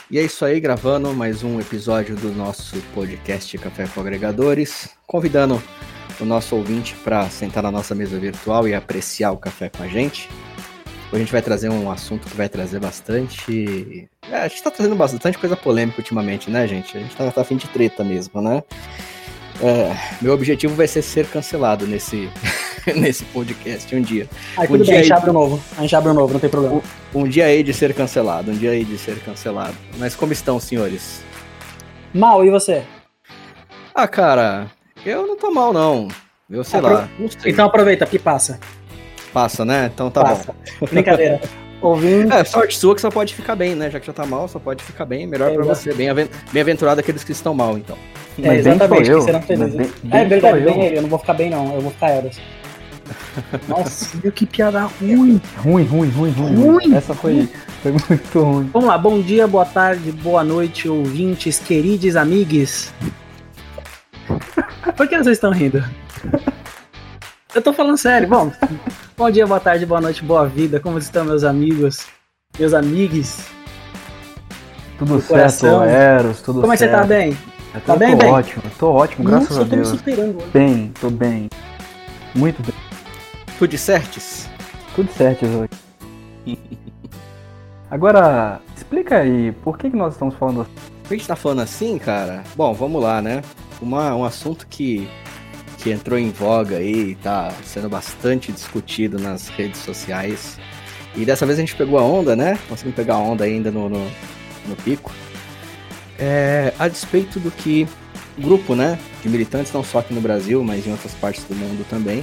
E é isso aí, gravando mais um episódio do nosso podcast Café com Agregadores, convidando o nosso ouvinte para sentar na nossa mesa virtual e apreciar o café com a gente. Hoje a gente vai trazer um assunto que vai trazer bastante... a gente tá trazendo bastante coisa polêmica ultimamente, né, gente? A gente tá a fim de treta mesmo, né? Meu objetivo vai ser cancelado nesse podcast um dia. Tudo bem, a gente abre um novo, não tem problema. Um dia aí de ser cancelado, Mas como estão, senhores? Mal, e você? Cara, eu não tô mal, não. Eu sei lá, não sei. Então aproveita, que passa. Passa, né? Então tá Passa. bom. Brincadeira. Ouvindo... sorte sua que só pode ficar bem, né? Já que já tá mal, só pode ficar bem. Melhor pra você. Bem-aventurado aqueles que estão mal, então. Exatamente, que serão felizes. Verdade, bem ele, eu não vou ficar bem, não. Eu vou ficar Eros. Nossa, que piada ruim. Ruim. Essa foi muito ruim. Vamos lá, bom dia, boa tarde, boa noite, ouvintes, queridos amigos. Por que vocês estão rindo? Eu tô falando sério, bom dia, boa tarde, boa noite, boa vida. Como estão meus amigos, meus amigos? Tudo certo, Eros, tudo certo. Como é que você tá bem? Tá bem? Tô ótimo, graças a Deus. Tô me superando hoje. Tô bem. Muito bem. Tudo certes? Tudo certo hoje. Agora, explica aí, por que nós estamos falando assim? Por que a gente tá falando assim, cara? Bom, vamos lá, né? Um assunto que entrou em voga aí, tá sendo bastante discutido nas redes sociais. E dessa vez a gente pegou a onda, né? Conseguimos pegar a onda ainda no pico. A despeito do que o grupo, né, de militantes, não só aqui no Brasil, mas em outras partes do mundo também,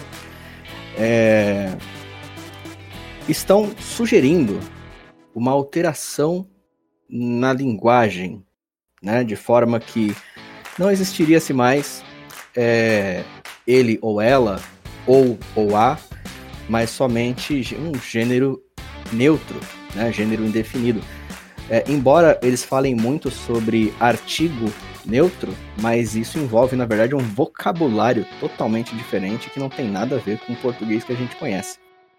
estão sugerindo uma alteração na linguagem, né, de forma que não existiria-se mais ele ou ela, ou a, mas somente um gênero neutro, né, gênero indefinido. Embora eles falem muito sobre artigo neutro, mas isso envolve, na verdade, um vocabulário totalmente diferente que não tem nada a ver com o português que a gente conhece.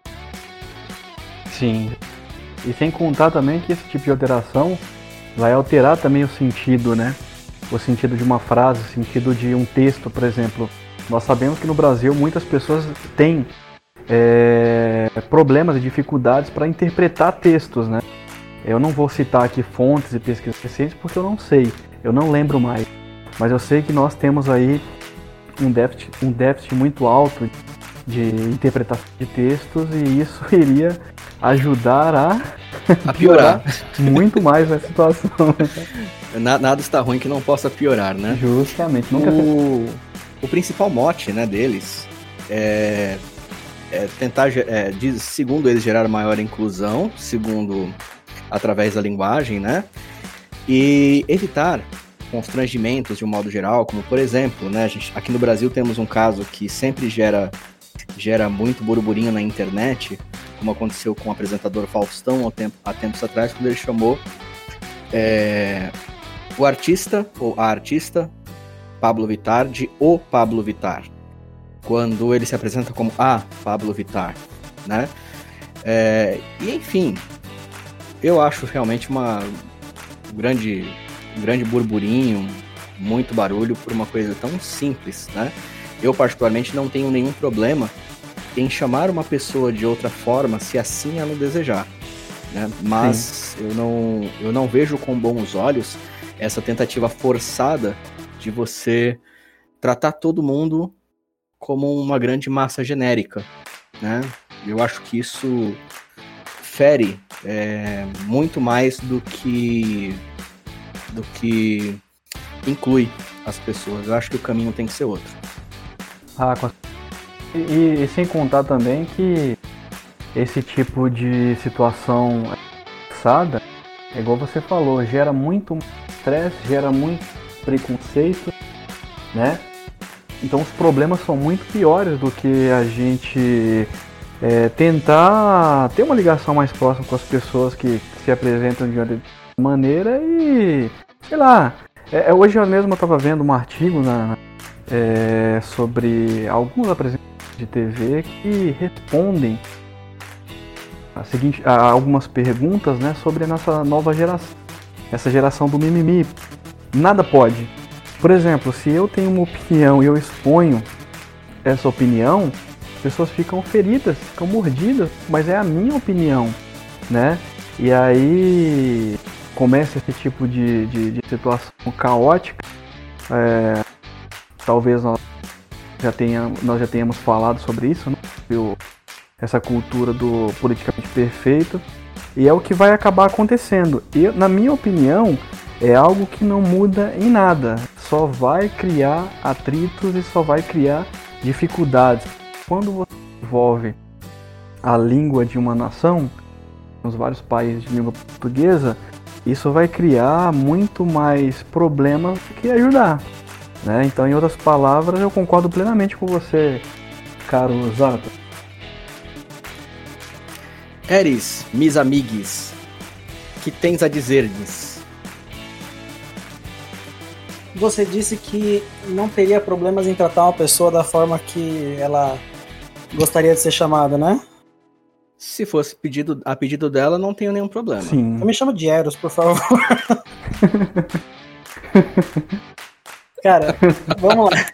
Sim. E sem contar também que esse tipo de alteração vai alterar também o sentido, né? O sentido de uma frase, o sentido de um texto, por exemplo. Nós sabemos que no Brasil muitas pessoas têm problemas e dificuldades para interpretar textos, né? Eu não vou citar aqui fontes e pesquisas recentes porque eu não sei, eu não lembro mais. Mas eu sei que nós temos aí um déficit muito alto de interpretação de textos e isso iria ajudar a piorar muito mais a situação. Nada está ruim que não possa piorar, né? Justamente. O principal mote, né, deles é tentar, segundo eles, gerar maior inclusão, através da linguagem, né? E evitar constrangimentos de um modo geral, como por exemplo, né, aqui no Brasil temos um caso que sempre gera muito burburinho na internet, como aconteceu com o apresentador Faustão há tempos atrás, quando ele chamou o artista ou a artista Pablo Vittar de O Pablo Vittar, quando ele se apresenta como a Pablo Vittar, né? E enfim, eu acho realmente um grande burburinho, muito barulho por uma coisa tão simples, né? Eu particularmente não tenho nenhum problema em chamar uma pessoa de outra forma se assim ela desejar, né? Mas eu não vejo com bons olhos essa tentativa forçada de você tratar todo mundo como uma grande massa genérica, né? Eu acho que isso fere muito mais do que inclui as pessoas. Eu acho que o caminho tem que ser outro. E sem contar também que esse tipo de situação forçada, igual você falou, gera muito estresse, gera muito preconceito, né? Então os problemas são muito piores do que a gente tentar ter uma ligação mais próxima com as pessoas que se apresentam de uma maneira e, sei lá, hoje mesmo eu estava vendo um artigo sobre alguns apresentadores de TV que respondem a algumas perguntas, né, sobre a nossa nova geração. essa geração do mimimi. Nada pode. Por exemplo, se eu tenho uma opinião e eu exponho essa opinião, as pessoas ficam feridas, ficam mordidas, mas é a minha opinião, né? E aí começa esse tipo de situação caótica. Talvez nós já tenhamos falado sobre isso, né? Essa cultura do politicamente perfeito, e é o que vai acabar acontecendo. E, na minha opinião, é algo que não muda em nada, só vai criar atritos e só vai criar dificuldades. Quando você envolve a língua de uma nação, nos vários países de língua portuguesa, isso vai criar muito mais problemas do que ajudar, né? Então, em outras palavras, eu concordo plenamente com você, caro Zato. Eris, mis amigues, que tens a dizer-lhes? Você disse que não teria problemas em tratar uma pessoa da forma que ela gostaria de ser chamada, né? Se fosse a pedido dela, não tenho nenhum problema. Sim. Eu me chamo de Eros, por favor. Cara, vamos lá.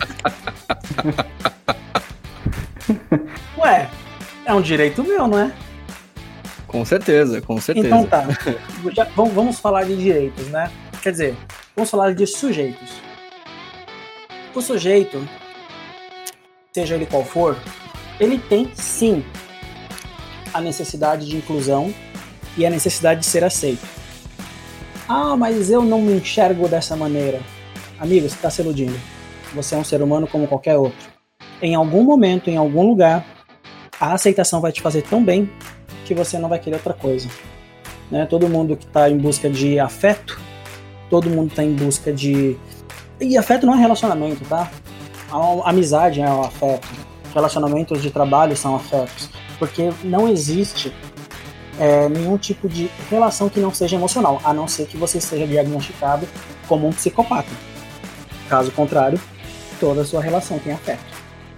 Ué, é um direito meu, não é? Com certeza, com certeza. Então tá. Vamos falar de direitos, né? Quer dizer, vamos falar de sujeitos. O sujeito, seja ele qual for, ele tem sim a necessidade de inclusão e a necessidade de ser aceito. Ah, mas eu não me enxergo dessa maneira. Amigo, você está se iludindo. Você é um ser humano como qualquer outro. Em algum momento, em algum lugar, a aceitação vai te fazer tão bem que você não vai querer outra coisa, né? Todo mundo que está em busca de afeto, todo mundo está em busca de... E afeto não é relacionamento, tá? A amizade é um afeto. Relacionamentos de trabalho são afetos. Porque não existe nenhum tipo de relação que não seja emocional, a não ser que você seja diagnosticado como um psicopata. Caso contrário, toda a sua relação tem afeto.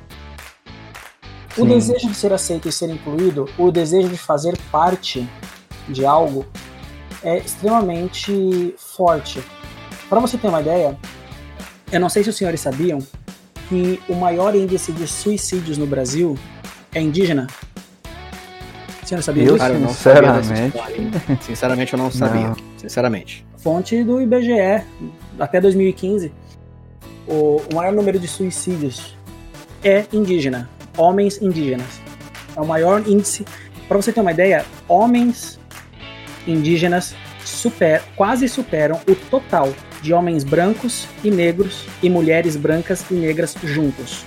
O desejo de ser aceito e ser incluído, o desejo de fazer parte de algo, é extremamente forte. Para você ter uma ideia, eu não sei se os senhores sabiam que o maior índice de suicídios no Brasil é indígena. O senhor sabia disso? Cara, eu não sabia dessa história, hein? Sinceramente, eu não sabia. Não. Sinceramente. Fonte do IBGE, até 2015, o maior número de suicídios é indígena. Homens indígenas. É o maior índice. Para você ter uma ideia, homens indígenas quase superam o total de homens brancos e negros e mulheres brancas e negras juntos.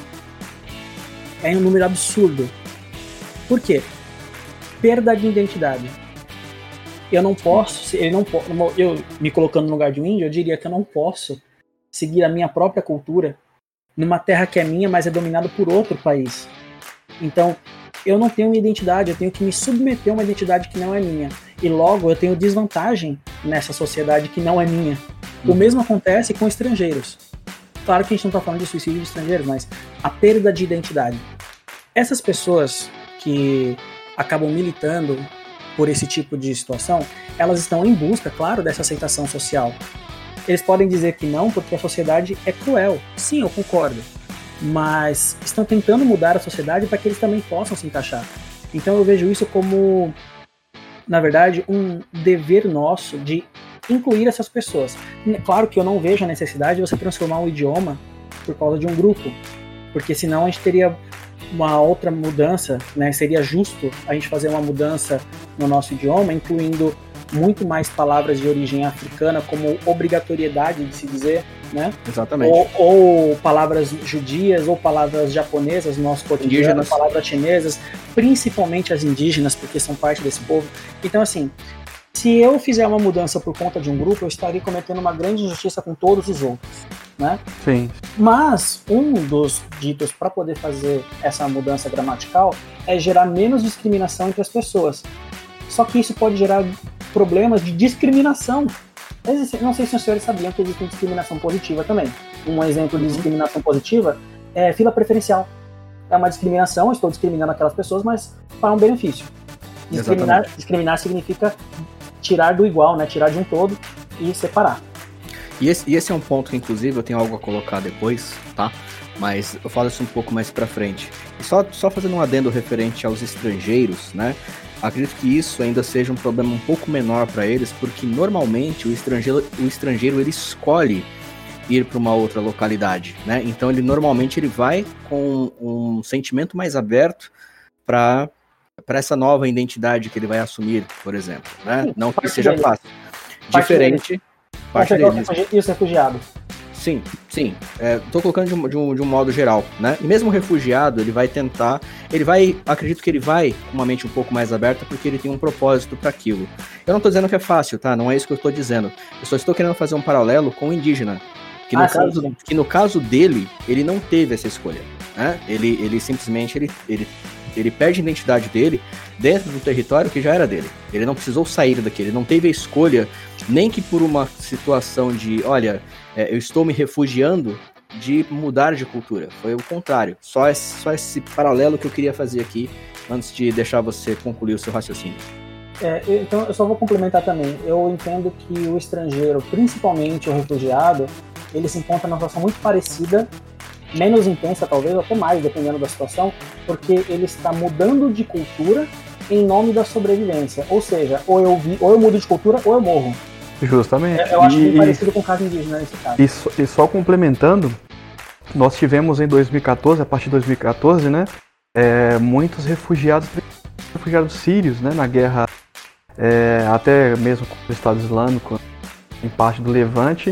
É um número absurdo. Por quê? Perda de identidade. Eu não posso, eu me colocando no lugar de um índio, eu diria que eu não posso seguir a minha própria cultura numa terra que é minha, mas é dominada por outro país. Então, eu não tenho uma identidade, eu tenho que me submeter a uma identidade que não é minha. E logo, eu tenho desvantagem nessa sociedade que não é minha. O mesmo acontece com estrangeiros. Claro que a gente não está falando de suicídio de estrangeiros, mas a perda de identidade. Essas pessoas que acabam militando por esse tipo de situação, elas estão em busca, claro, dessa aceitação social. Eles podem dizer que não, porque a sociedade é cruel. Sim, eu concordo. Mas estão tentando mudar a sociedade para que eles também possam se encaixar. Então eu vejo isso como, na verdade, um dever nosso de incluir essas pessoas. Claro que eu não vejo a necessidade de você transformar um idioma por causa de um grupo, porque senão a gente teria uma outra mudança, né? Seria justo a gente fazer uma mudança no nosso idioma, incluindo muito mais palavras de origem africana, como obrigatoriedade de se dizer, né? Exatamente. Ou palavras judias, ou palavras japonesas no nosso cotidiano, palavras chinesas, principalmente as indígenas, porque são parte desse povo. Então, assim, se eu fizer uma mudança por conta de um grupo, eu estaria cometendo uma grande injustiça com todos os outros, né? Sim. Mas um dos ditos para poder fazer essa mudança gramatical é gerar menos discriminação entre as pessoas. Só que isso pode gerar problemas de discriminação. Não sei se os senhores sabiam que existe discriminação positiva também. Um exemplo de discriminação positiva é fila preferencial. É uma discriminação, eu estou discriminando aquelas pessoas, mas para um benefício. Discriminar significa tirar do igual, né? Tirar de um todo e separar. E esse é um ponto que, inclusive, eu tenho algo a colocar depois, tá? Mas eu falo isso um pouco mais pra frente. E só fazendo um adendo referente aos estrangeiros, né? Acredito que isso ainda seja um problema um pouco menor para eles, porque normalmente o estrangeiro ele escolhe ir para uma outra localidade, né? Então ele normalmente ele vai com um sentimento mais aberto para essa nova identidade que ele vai assumir, por exemplo, né? Sim, não que seja fácil. Diferente. Parte deles. E os refugiados? Sim. Tô colocando de um modo geral, né? E mesmo o refugiado, acredito que ele vai com uma mente um pouco mais aberta porque ele tem um propósito para aquilo. Eu não tô dizendo que é fácil, tá? Não é isso que eu tô dizendo. Eu só estou querendo fazer um paralelo com o indígena. Que no caso dele, ele não teve essa escolha, né? Ele simplesmente, ele perde a identidade dele dentro do território que já era dele. Ele não precisou sair daquele, ele não teve a escolha, nem que por uma situação de, olha, eu estou me refugiando, de mudar de cultura. Foi o contrário. Só esse paralelo que eu queria fazer aqui, antes de deixar você concluir o seu raciocínio. Então eu só vou complementar também. Eu entendo que o estrangeiro, principalmente o refugiado, ele se encontra numa situação muito parecida, menos intensa talvez, ou até mais, dependendo da situação, porque ele está mudando de cultura em nome da sobrevivência. Ou seja, ou eu mudo de cultura ou eu morro. Justamente. Eu acho bem parecido com o caso indígena nesse caso. E só complementando, nós tivemos em 2014, a partir de 2014, né, muitos refugiados sírios, né, na guerra, até mesmo com o Estado Islâmico, em parte do Levante,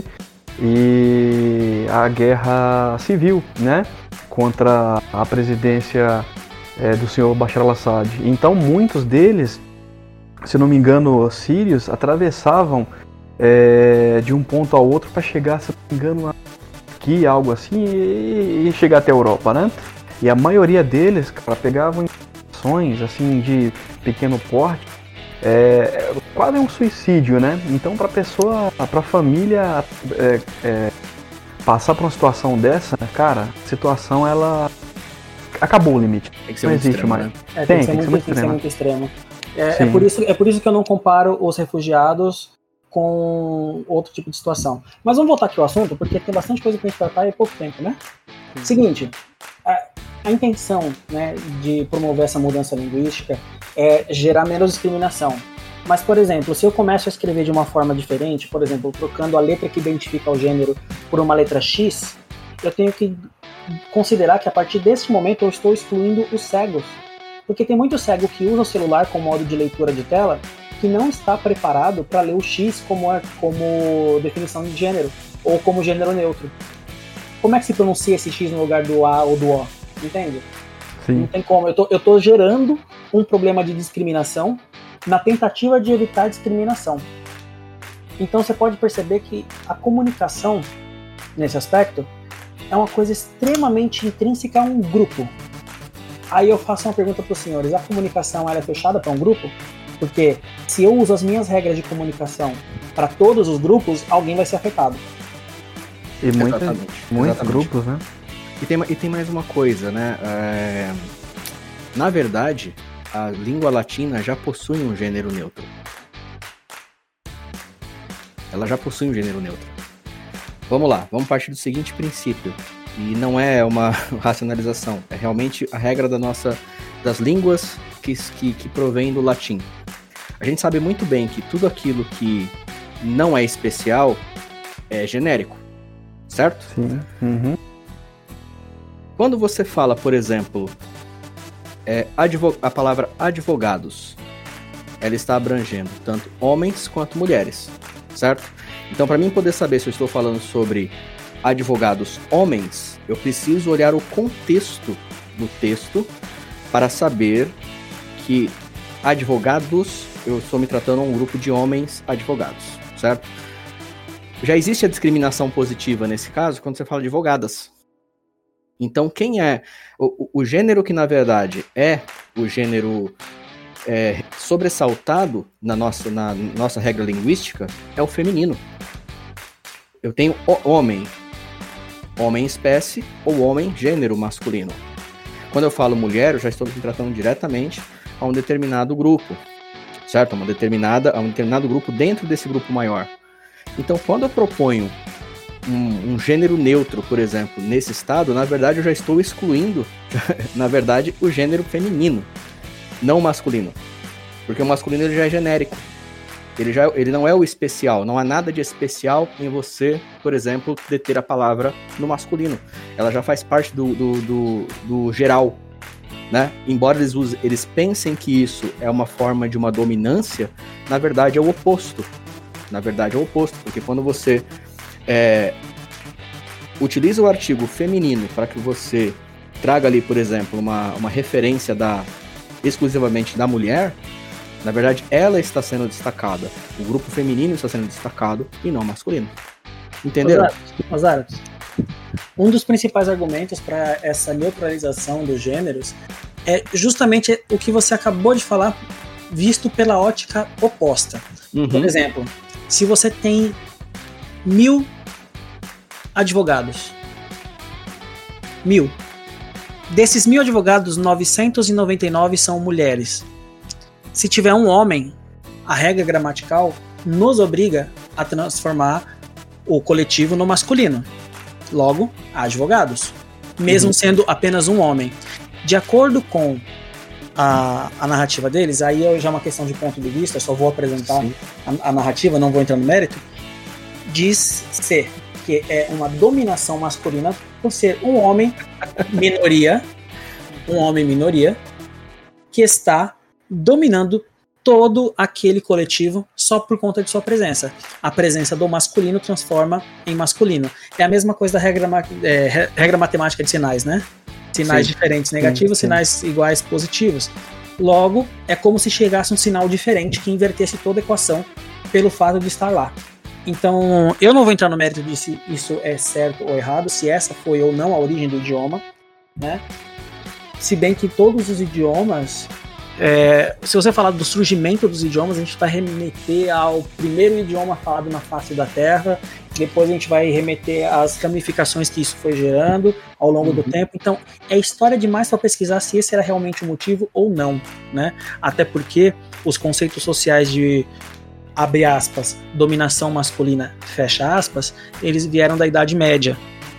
e a guerra civil, né, contra a presidência do senhor Bashar al-Assad. Então muitos deles, se não me engano, sírios, atravessavam de um ponto ao outro para chegar, se não me engano, aqui, algo assim, e chegar até a Europa, né? E a maioria deles, cara, pegavam ações assim de pequeno porte, quase um suicídio, né? Então, para a família passar por uma situação dessa, cara, a situação ela acabou o limite. Tem que ser não muito existe extremo, mais. Né? Tem que ser muito extremo. É por isso que eu não comparo os refugiados com outro tipo de situação. Mas vamos voltar aqui ao assunto, porque tem bastante coisa pra gente tratar e pouco tempo, né? Seguinte, a intenção, né, de promover essa mudança linguística é gerar menos discriminação. Mas, por exemplo, se eu começo a escrever de uma forma diferente, por exemplo, trocando a letra que identifica o gênero por uma letra X, eu tenho que considerar que a partir desse momento eu estou excluindo os cegos. Porque tem muito cego que usa o celular como modo de leitura de tela que não está preparado para ler o X como definição de gênero, ou como gênero neutro. Como é que se pronuncia esse X no lugar do A ou do O? Entende? Sim. Não tem como. Eu tô gerando um problema de discriminação na tentativa de evitar discriminação. Então você pode perceber que a comunicação, nesse aspecto, é uma coisa extremamente intrínseca a um grupo. Aí eu faço uma pergunta para os senhores: a comunicação ela é fechada para um grupo? Porque se eu uso as minhas regras de comunicação para todos os grupos, alguém vai ser afetado. E muitos grupos, né? E tem mais uma coisa, né? Na verdade, a língua latina já possui um gênero neutro. Ela já possui um gênero neutro. Vamos lá, vamos partir do seguinte princípio. E não é uma racionalização, é realmente a regra das línguas que provém do latim. A gente sabe muito bem que tudo aquilo que não é especial é genérico, certo? Sim. Uhum. Quando você fala, por exemplo, a palavra advogados, ela está abrangendo tanto homens quanto mulheres, certo? Então, para mim poder saber se eu estou falando sobre advogados homens, eu preciso olhar o contexto do texto para saber que advogados, eu estou me tratando a um grupo de homens advogados, certo? Já existe a discriminação positiva nesse caso quando você fala de advogadas. Então, quem é o gênero que, na verdade, é o gênero sobressaltado na nossa regra linguística é o feminino. Eu tenho o homem espécie ou homem gênero masculino. Quando eu falo mulher, eu já estou me tratando diretamente a um determinado grupo, certo? A um determinado grupo dentro desse grupo maior. Então, quando eu proponho um gênero neutro, por exemplo, nesse estado, na verdade eu já estou excluindo, na verdade, o gênero feminino, não o masculino. Porque o masculino ele já é genérico. Ele não é o especial. Não há nada de especial em você, por exemplo, deter a palavra no masculino. Ela já faz parte do geral, né? Embora eles pensem que isso é uma forma de uma dominância, na verdade é o oposto. Na verdade é o oposto, porque quando você utiliza o artigo feminino para que você traga ali, por exemplo, uma referência exclusivamente da mulher, na verdade ela está sendo destacada. O grupo feminino está sendo destacado e não o masculino. Entenderam? Osário, um dos principais argumentos para essa neutralização dos gêneros é justamente o que você acabou de falar, visto pela ótica oposta. Uhum. Por exemplo, se você tem 1000 advogados, 1000. Desses 1000 advogados, 999 são mulheres. Se tiver um homem, a regra gramatical nos obriga a transformar o coletivo no masculino. Logo, há advogados, mesmo sendo apenas um homem. De acordo com a narrativa deles, aí já é uma questão de ponto de vista, eu só vou apresentar a narrativa, não vou entrar no mérito, diz ser que é uma dominação masculina por ser um homem minoria, que está dominando todo aquele coletivo só por conta de sua presença. A presença do masculino transforma em masculino. É a mesma coisa da regra matemática de sinais, né? Sinais diferentes negativos, sinais iguais positivos. Logo, é como se chegasse um sinal diferente que invertesse toda a equação pelo fato de estar lá. Então, eu não vou entrar no mérito de se isso é certo ou errado, se essa foi ou não a origem do idioma, né? Se bem que todos os idiomas, se você falar do surgimento dos idiomas, a gente vai remeter ao primeiro idioma falado na face da Terra, depois a gente vai remeter às ramificações que isso foi gerando ao longo do tempo. Então, é história demais para pesquisar se esse era realmente o motivo ou não, né? Até porque os conceitos sociais de, abre aspas, dominação masculina, fecha aspas, eles vieram da Idade Média.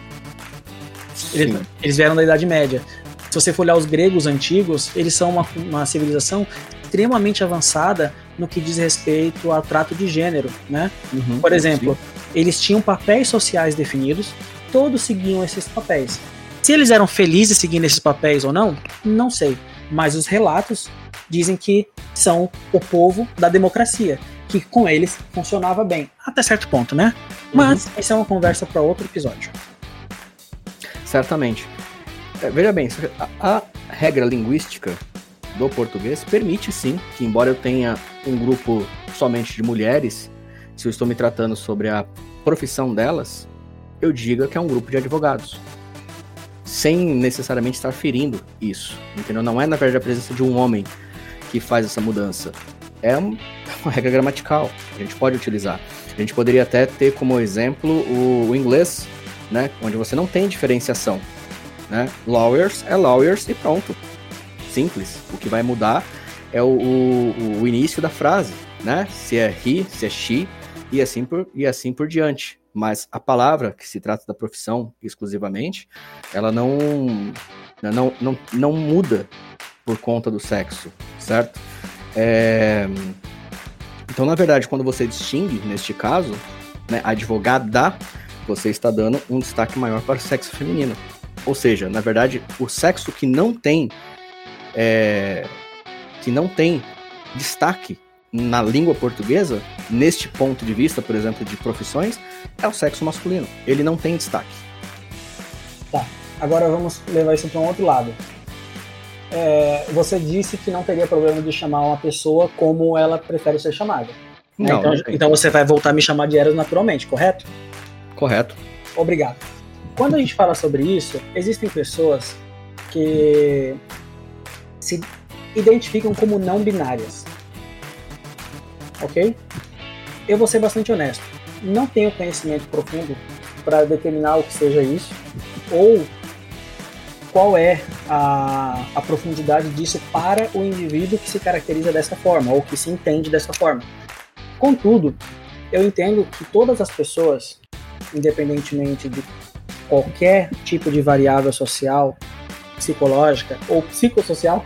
Eles vieram da Idade Média. Se você for olhar os gregos antigos, eles são uma civilização extremamente avançada no que diz respeito ao trato de gênero, né? Por exemplo, eles tinham papéis sociais definidos, todos seguiam esses papéis. Se eles eram felizes seguindo esses papéis ou não, não sei. Mas os relatos dizem que são o povo da democracia, que com eles funcionava bem, até certo ponto, né? Mas essa é uma conversa para outro episódio. Certamente. Veja bem, a regra linguística do português permite sim que, embora eu tenha um grupo somente de mulheres, se eu estou me tratando sobre a profissão delas, eu diga que é um grupo de advogados, sem necessariamente estar ferindo isso, entendeu? Não é, na verdade, a presença de um homem que faz essa mudança. É uma regra gramatical, a gente pode utilizar. A gente poderia até ter como exemplo o inglês, né, onde você não tem diferenciação. Né? Lawyers é lawyers e pronto. Simples. O que vai mudar é o início da frase, né? Se é he, se é she e assim por diante. Mas a palavra, que se trata da profissão exclusivamente, ela não muda por conta do sexo, certo? Então, na verdade, quando você distingue, neste caso, né, advogada, você está dando um destaque maior para o sexo feminino. Ou seja, na verdade, o sexo que não tem destaque na língua portuguesa, neste ponto de vista, por exemplo, de profissões, é o sexo masculino. Ele não tem destaque. Tá, agora vamos levar isso para um outro lado. Você disse que não teria problema de chamar uma pessoa como ela prefere ser chamada. Não, então você vai voltar a me chamar de Eros naturalmente, correto? Correto. Obrigado. Quando a gente fala sobre isso, existem pessoas que se identificam como não binárias. Ok? Eu vou ser bastante honesto. Não tenho conhecimento profundo para determinar o que seja isso, ou qual é a profundidade disso para o indivíduo que se caracteriza dessa forma, ou que se entende dessa forma. Contudo, eu entendo que todas as pessoas, independentemente de qualquer tipo de variável social, psicológica ou psicossocial,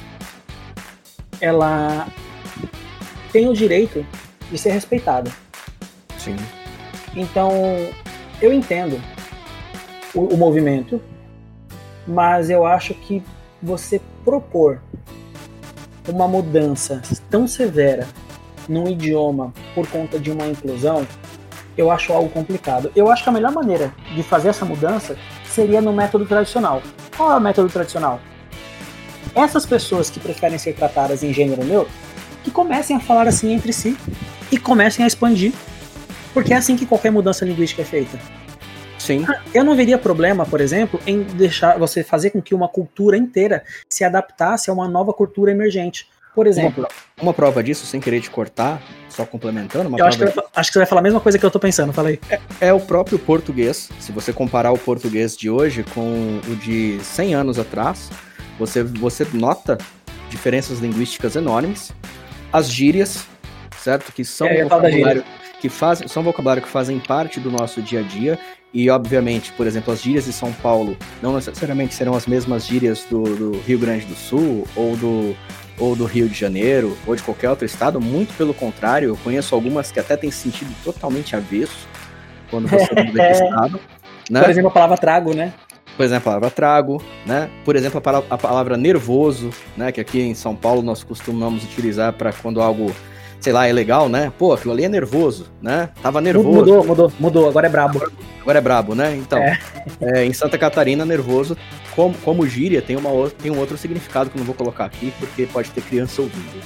ela tem o direito de ser respeitada. Sim. Então, eu entendo o movimento, mas eu acho que você propor uma mudança tão severa num idioma por conta de uma inclusão, eu acho algo complicado. Eu acho que a melhor maneira de fazer essa mudança seria no método tradicional. Qual é o método tradicional? Essas pessoas que preferem ser tratadas em gênero neutro, que comecem a falar assim entre si e comecem a expandir, porque é assim que qualquer mudança linguística é feita. Sim. Eu não veria problema, por exemplo, em deixar você fazer com que uma cultura inteira se adaptasse a uma nova cultura emergente. Por exemplo, uma prova disso, sem querer te cortar, só complementando, acho que você vai falar a mesma coisa que eu tô pensando, falei. É o próprio português. Se você comparar o português de hoje com o de 100 anos atrás, você nota diferenças linguísticas enormes. As gírias, certo? Que são são vocabulário que fazem parte do nosso dia a dia. E, obviamente, por exemplo, as gírias de São Paulo não necessariamente serão as mesmas gírias do Rio Grande do Sul ou do Rio de Janeiro ou de qualquer outro estado. Muito pelo contrário, eu conheço algumas que até têm sentido totalmente avesso quando você muda de estado. Né? Por exemplo, a palavra trago, né? Por exemplo, a palavra trago, né? Por exemplo, a palavra nervoso, né? Que aqui em São Paulo nós costumamos utilizar para quando algo, sei lá, é legal, né? Pô, aquilo ali é nervoso, né? Tava nervoso. Mudou, agora é brabo. Agora é brabo, né? Então, em Santa Catarina, nervoso, como gíria, tem um outro significado que eu não vou colocar aqui, porque pode ter criança ouvindo.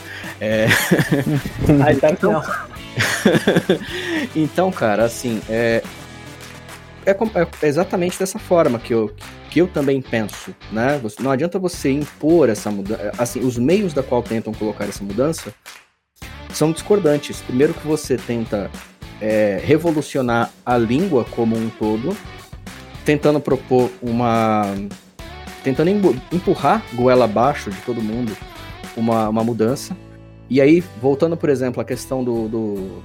Então, cara, assim, é exatamente dessa forma que eu também penso, né? Não adianta você impor essa mudança, assim, os meios da qual tentam colocar essa mudança são discordantes. Primeiro que você tenta revolucionar a língua como um todo, tentando propor tentando empurrar goela abaixo de todo mundo uma mudança. E aí, voltando, por exemplo, à questão do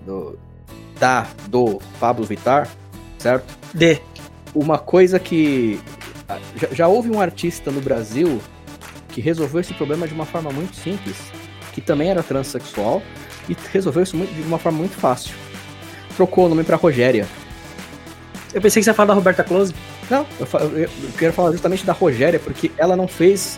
Pablo Vittar, certo? Uma coisa que já houve um artista no Brasil que resolveu esse problema de uma forma muito simples, que também era transexual, e resolveu isso de uma forma muito fácil. Trocou o nome pra Rogéria. Eu pensei que você ia falar da Roberta Close. Não, eu quero falar justamente da Rogéria, porque ela não fez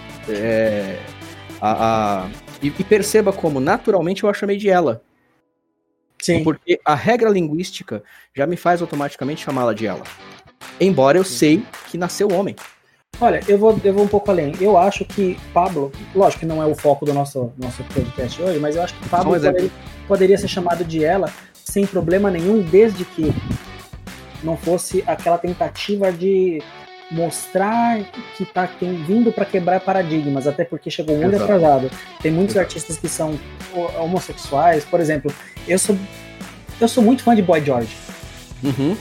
e perceba como naturalmente eu a chamei de ela. Sim. Porque a regra linguística já me faz automaticamente chamá-la de ela. Embora eu sei que nasceu homem. Olha, eu vou um pouco além. Eu acho que Pablo, lógico que não é o foco do nosso podcast hoje, mas eu acho que Pablo poderia ser chamado de ela sem problema nenhum, desde que não fosse aquela tentativa de mostrar que tem vindo para quebrar paradigmas, até porque chegou muito atrasado. Tem muitos artistas que são homossexuais, por exemplo, eu sou muito fã de Boy George. Uhum.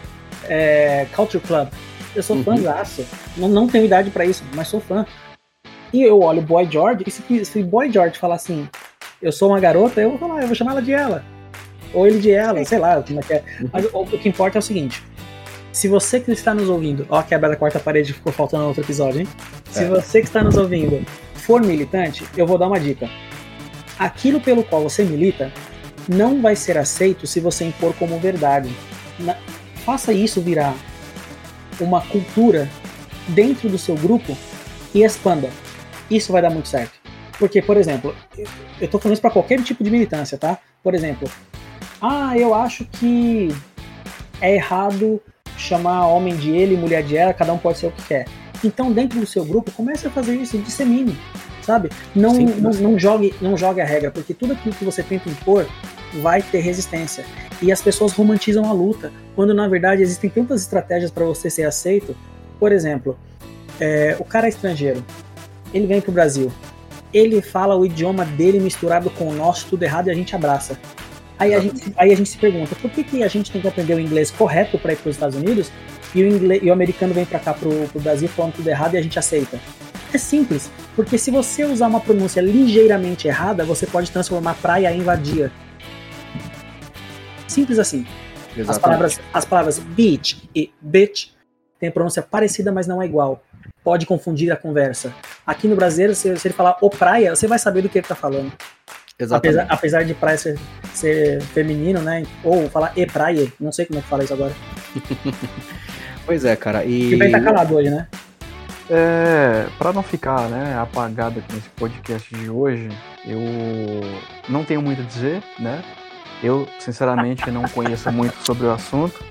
Culture Club. Eu sou fãzaço. Não tenho idade pra isso, mas sou fã. E eu olho Boy George, e se Boy George falar assim, eu sou uma garota, eu vou chamar ela de ela. Ou ele de ela, sei lá como é que é. Mas o que importa é o seguinte: se você que está nos ouvindo, ó, a quebra da quarta parede ficou faltando no outro episódio, hein? Se você que está nos ouvindo for militante, eu vou dar uma dica. Aquilo pelo qual você milita não vai ser aceito se você impor como verdade. Faça isso virar uma cultura dentro do seu grupo e expanda. Isso vai dar muito certo. Porque, por exemplo, eu tô falando isso pra qualquer tipo de militância, tá? Por exemplo, eu acho que é errado chamar homem de ele, mulher de ela, cada um pode ser o que quer. Então, dentro do seu grupo, comece a fazer isso, dissemine, sabe? Não jogue a regra, porque tudo aquilo que você tenta impor vai ter resistência. E as pessoas romantizam a luta, quando na verdade existem tantas estratégias para você ser aceito. Por exemplo, o cara é estrangeiro, ele vem pro Brasil, ele fala o idioma dele misturado com o nosso, tudo errado, e a gente abraça. Aí a gente se pergunta, por que a gente tem que aprender o inglês correto para ir para os Estados Unidos e o americano vem para cá pro Brasil falando tudo errado e a gente aceita? É simples, porque se você usar uma pronúncia ligeiramente errada, você pode transformar praia em vadia. Simples assim. Exatamente. As palavras bitch e bitch têm pronúncia parecida, mas não é igual. Pode confundir a conversa. Aqui no Brasil, se ele falar o praia, você vai saber do que ele tá falando. Exatamente. Apesar de praia ser feminino, né? Ou falar e praia, não sei como é que fala isso agora. Pois é, cara. E bem tá calado hoje, né? Para não ficar, né, apagado aqui nesse podcast de hoje, eu não tenho muito a dizer, né? Eu, sinceramente, não conheço muito sobre o assunto.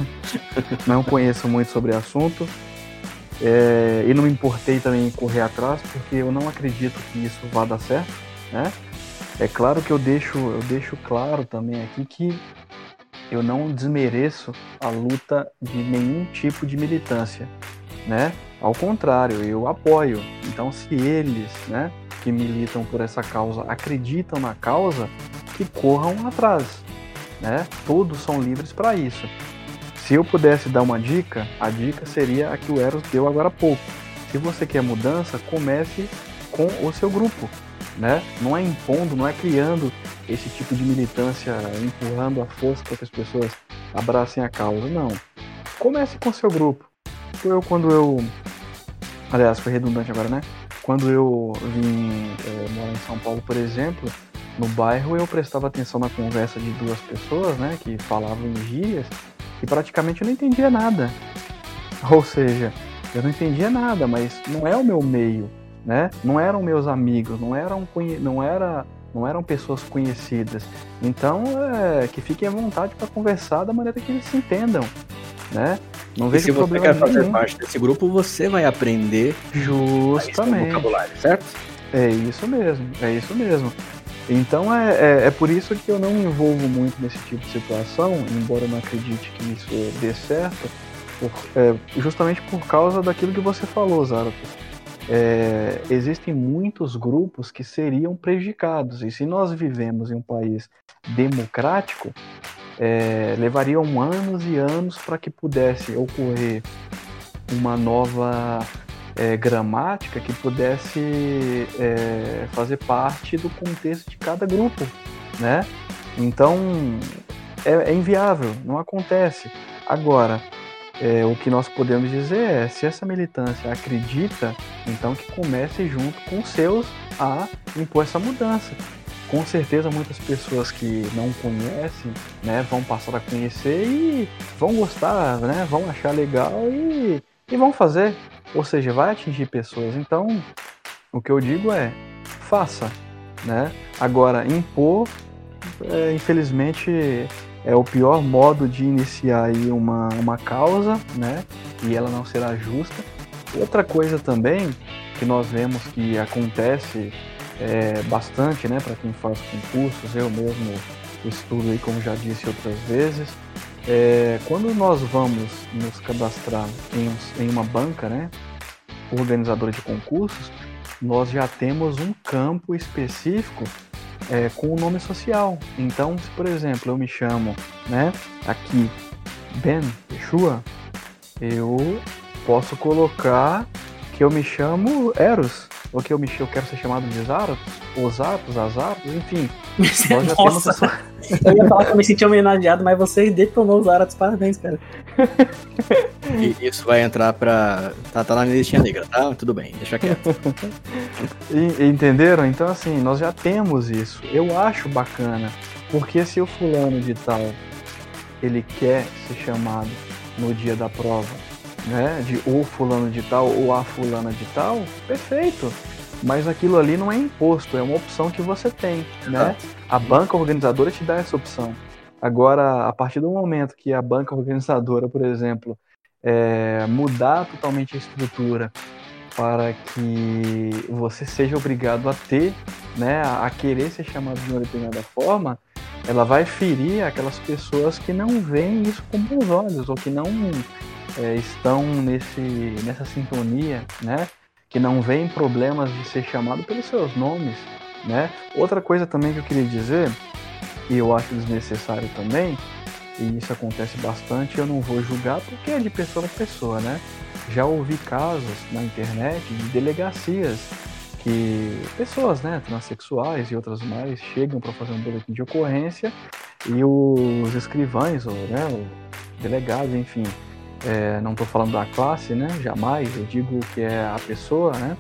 E não me importei também em correr atrás, porque eu não acredito que isso vá dar certo, né? É claro que eu deixo claro também aqui que eu não desmereço a luta de nenhum tipo de militância, né? Ao contrário, eu apoio. Então, se eles, né, que militam por essa causa, acreditam na causa, que corram atrás, né? Todos são livres para isso. Se eu pudesse dar uma dica, a dica seria a que o Eros deu agora há pouco. Se você quer mudança, comece com o seu grupo, né? Não é impondo, não é criando esse tipo de militância, empurrando a força para que as pessoas abracem a causa, não. Comece com o seu grupo. Aliás, foi redundante agora, né? Quando eu vim morar em São Paulo, por exemplo, no bairro eu prestava atenção na conversa de duas pessoas, né, que falavam em gírias, e praticamente eu não entendia nada. Ou seja, eu não entendia nada, mas não é o meu meio, né? Não eram meus amigos, não eram pessoas conhecidas. Então, que fiquem à vontade para conversar da maneira que eles se entendam, né? Não vejo problema nenhum. Se você quer fazer parte desse grupo, você vai aprender justamente vocabulário, certo? É isso mesmo. Então é por isso que eu não me envolvo muito nesse tipo de situação, embora eu não acredite que isso dê certo, justamente por causa daquilo que você falou, Zaratos. Existem muitos grupos que seriam prejudicados, e se nós vivemos em um país democrático, levariam anos e anos para que pudesse ocorrer uma nova gramática que pudesse fazer parte do contexto de cada grupo, né? Então é inviável, não acontece. Agora, o que nós podemos dizer é, se essa militância acredita, então que comece junto com os seus a impor essa mudança. Com certeza muitas pessoas que não conhecem, né, vão passar a conhecer e vão gostar, né, vão achar legal e vão fazer. Ou seja, vai atingir pessoas. Então, o que eu digo é, faça, né? Agora, impor, infelizmente, é o pior modo de iniciar aí uma causa, né? E ela não será justa. Outra coisa também que nós vemos que acontece bastante, né? Para quem faz concursos, eu mesmo estudo aí, como já disse outras vezes. Quando nós vamos nos cadastrar em uma banca, né, organizadora de concursos, nós já temos um campo específico com o nome social. Então, se por exemplo eu me chamo, né, aqui Ben Yeshua, eu posso colocar que eu me chamo Eros, ou que eu quero ser chamado de Zaratos, ou Zatos, Azatos, enfim. Nós já temos essa... Eu ia falar que eu me senti homenageado, mas você detonou os Zaratos, parabéns, cara. E isso vai entrar pra... Tá na listinha negra, tá? Tudo bem, deixa quieto. Entenderam? Então, assim, nós já temos isso. Eu acho bacana, porque se o fulano de tal, ele quer ser chamado no dia da prova, né, de o fulano de tal ou a fulana de tal, perfeito. Mas aquilo ali não é imposto, é uma opção que você tem, né? A banca organizadora te dá essa opção. Agora, a partir do momento que a banca organizadora, por exemplo, mudar totalmente a estrutura para que você seja obrigado a ter, né, a querer ser chamado de uma determinada forma, ela vai ferir aquelas pessoas que não veem isso com bons olhos, ou que não estão nessa sintonia, né? Que não veem problemas de ser chamado pelos seus nomes, né? Outra coisa também que eu queria dizer, e eu acho desnecessário também, e isso acontece bastante, eu não vou julgar porque é de pessoa para pessoa, né? Já ouvi casos na internet de delegacias que pessoas, né, transexuais e outras mais chegam para fazer um boletim de ocorrência E os escrivães, ou, né, os delegados, enfim, não estou falando da classe, né, jamais, eu digo que é a pessoa, né,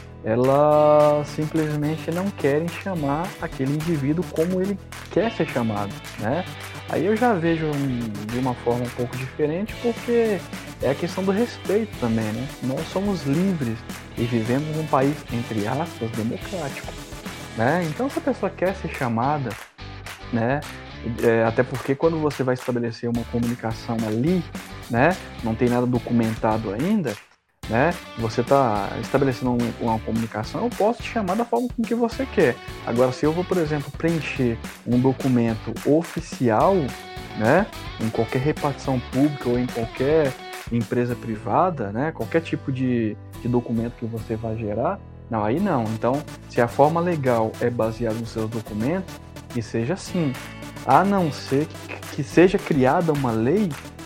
ela simplesmente não querem chamar aquele indivíduo como ele quer ser chamado, né? Aí eu já vejo de uma forma um pouco diferente, porque é a questão do respeito também, né? Nós somos livres e vivemos num país, entre aspas, democrático, né? Então, se a pessoa quer ser chamada, né? Até porque quando você vai estabelecer uma comunicação ali, né? Não tem nada documentado ainda, né? Você está estabelecendo uma comunicação, eu posso te chamar da forma com que você quer. Agora, se eu vou, por exemplo, preencher um documento oficial, né, em qualquer repartição pública ou em qualquer empresa privada, né, qualquer tipo de documento que você vai gerar, não, aí não. Então, se a forma legal é baseada nos seus documentos, que seja assim. A não ser que seja criada uma lei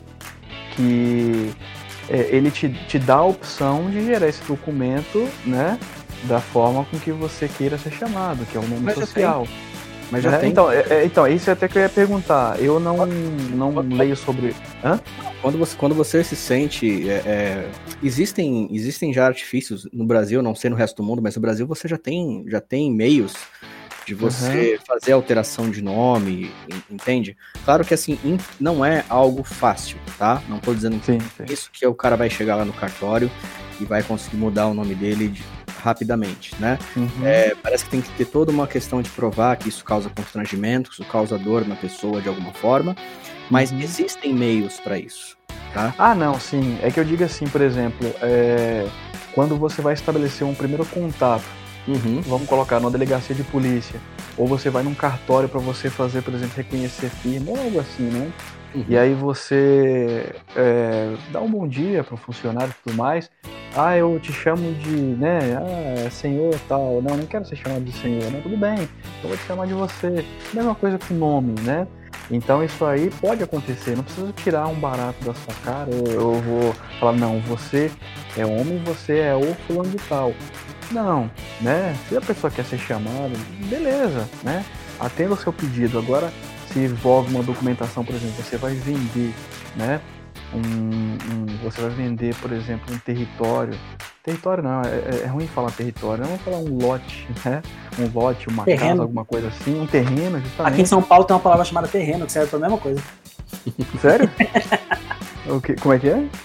que ele te dá a opção de gerar esse documento, né, da forma com que você queira ser chamado, que é o nome social. Mas já tem. Então, isso é até que eu ia perguntar. Eu não leio sobre... Hã? Quando você se sente... existem já artifícios no Brasil, não sei no resto do mundo, mas no Brasil você já tem meios de você fazer alteração de nome, entende? Claro que assim, não é algo fácil, tá? Não tô dizendo que isso que o cara vai chegar lá no cartório e vai conseguir mudar o nome dele rapidamente, né? Parece que tem que ter toda uma questão de provar que isso causa constrangimento, que isso causa dor na pessoa de alguma forma, mas existem meios para isso, tá? Ah, não, sim. É que eu digo assim, por exemplo, quando você vai estabelecer um primeiro contato, vamos colocar numa delegacia de polícia, ou você vai num cartório para você fazer, por exemplo, reconhecer firma, ou algo assim, né? E aí você dá um bom dia para o funcionário e tudo mais. Ah, eu te chamo de, né, senhor tal. Não quero ser chamado de senhor, né? Tudo bem, eu vou te chamar de você. Mesma coisa com nome, né? Então isso aí pode acontecer, não precisa tirar um barato da sua cara, eu vou falar, não, você é homem, você é o fulano de tal. Não, né? Se a pessoa quer ser chamada, beleza, né? Atenda o seu pedido. Agora, se envolve uma documentação, por exemplo, você vai vender, né? Você vai vender, por exemplo, um território. Território não, é ruim falar território. Vamos falar um lote, né? Um lote, uma terreno. Casa, alguma coisa assim, um terreno, justamente. Aqui em São Paulo tem uma palavra chamada terreno, que serve pra mesma coisa. Sério? Como é que é?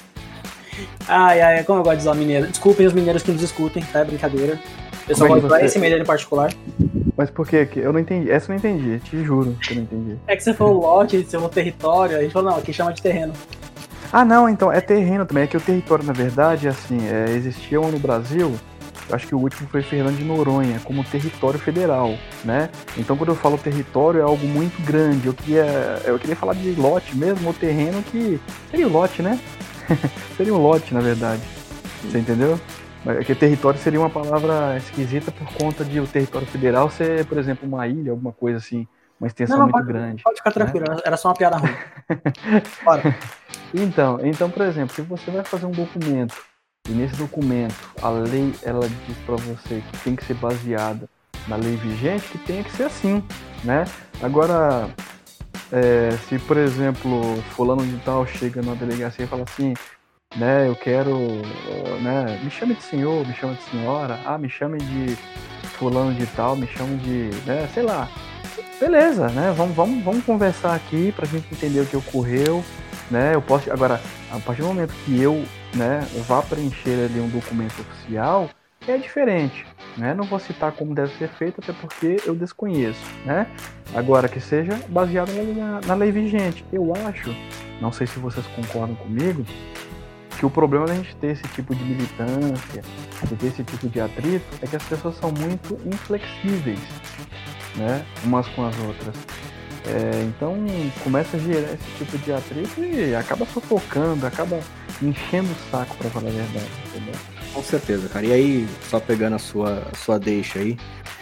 Ai, como eu gosto de usar mineiro. Desculpem os mineiros que nos escutem, tá? É brincadeira. Eu só gosto de usar esse mineiro em particular. Mas por quê? Eu não entendi. Essa eu não entendi, te juro que eu não entendi. É que você falou lote, você falou território, a gente falou, não, aqui chama de terreno. Ah, não, então é terreno também. É que o território, na verdade, assim, existia um no Brasil, eu acho que o último foi Fernando de Noronha, como território federal, né? Então, quando eu falo território, é algo muito grande. Eu queria falar de lote mesmo, ou terreno, que seria o lote, né? Seria um lote, na verdade. Você entendeu? Porque território seria uma palavra esquisita por conta de o território federal ser, por exemplo, uma ilha, alguma coisa assim, uma extensão muito grande. Pode ficar tranquilo, né? Era só uma piada ruim. Bora. Então, por exemplo, se você vai fazer um documento, e nesse documento a lei, ela diz para você que tem que ser baseada na lei vigente, que tem que ser assim, né? Agora, se, por exemplo, fulano de tal chega na delegacia e fala assim, né, eu quero, né, me chame de senhor, me chame de senhora, me chame de fulano de tal, me chame de, né, sei lá, beleza, né, vamos conversar aqui pra gente entender o que ocorreu, né, eu posso, agora, a partir do momento que eu, né, vá preencher ali um documento oficial, é diferente, né, não vou citar como deve ser feito, até porque eu desconheço, né, agora que seja baseado na lei vigente, eu acho, não sei se vocês concordam comigo, que o problema da gente ter esse tipo de militância, de ter esse tipo de atrito, é que as pessoas são muito inflexíveis, né, umas com as outras. Então começa a gerar esse tipo de atrito e acaba sufocando, acaba enchendo o saco, pra falar a verdade, entendeu? Com certeza, cara. E aí, só pegando a sua deixa aí,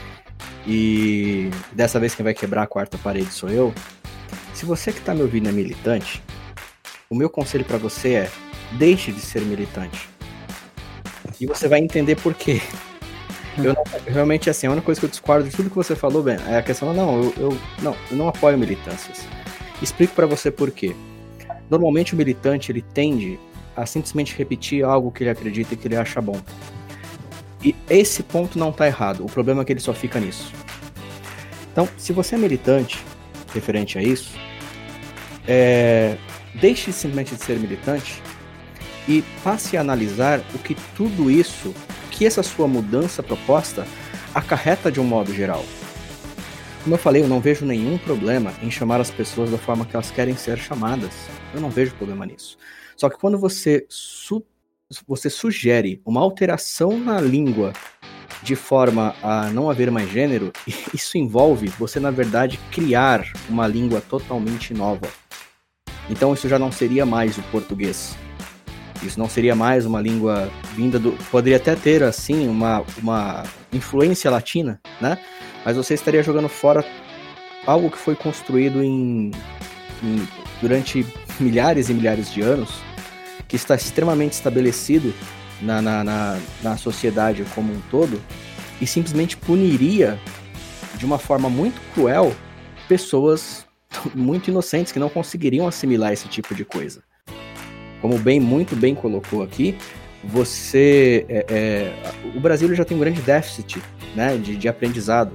e dessa vez quem vai quebrar a quarta parede sou eu. Se você que tá me ouvindo é militante, o meu conselho pra você é: deixe de ser militante. E você vai entender por quê. Realmente, assim, a única coisa que eu discordo de tudo que você falou, Ben, é a questão, eu não apoio militâncias. Explico pra você por quê. Normalmente o militante, ele tende a simplesmente repetir algo que ele acredita e que ele acha bom. E esse ponto não tá errado, o problema é que ele só fica nisso. Então, se você é militante, referente a isso, deixe simplesmente de ser militante e passe a analisar o que tudo isso, que essa sua mudança proposta, acarreta de um modo geral. Como eu falei, eu não vejo nenhum problema em chamar as pessoas da forma que elas querem ser chamadas. Eu não vejo problema nisso. Só que quando você sugere uma alteração na língua de forma a não haver mais gênero, isso envolve você, na verdade, criar uma língua totalmente nova. Então isso já não seria mais o português. Isso não seria mais uma língua vinda do... Poderia até ter, assim, uma influência latina, né? Mas você estaria jogando fora algo que foi construído durante milhares e milhares de anos, que está extremamente estabelecido na sociedade como um todo, e simplesmente puniria de uma forma muito cruel pessoas muito inocentes que não conseguiriam assimilar esse tipo de coisa. Como muito bem colocou aqui, o Brasil já tem um grande déficit, né, de aprendizado,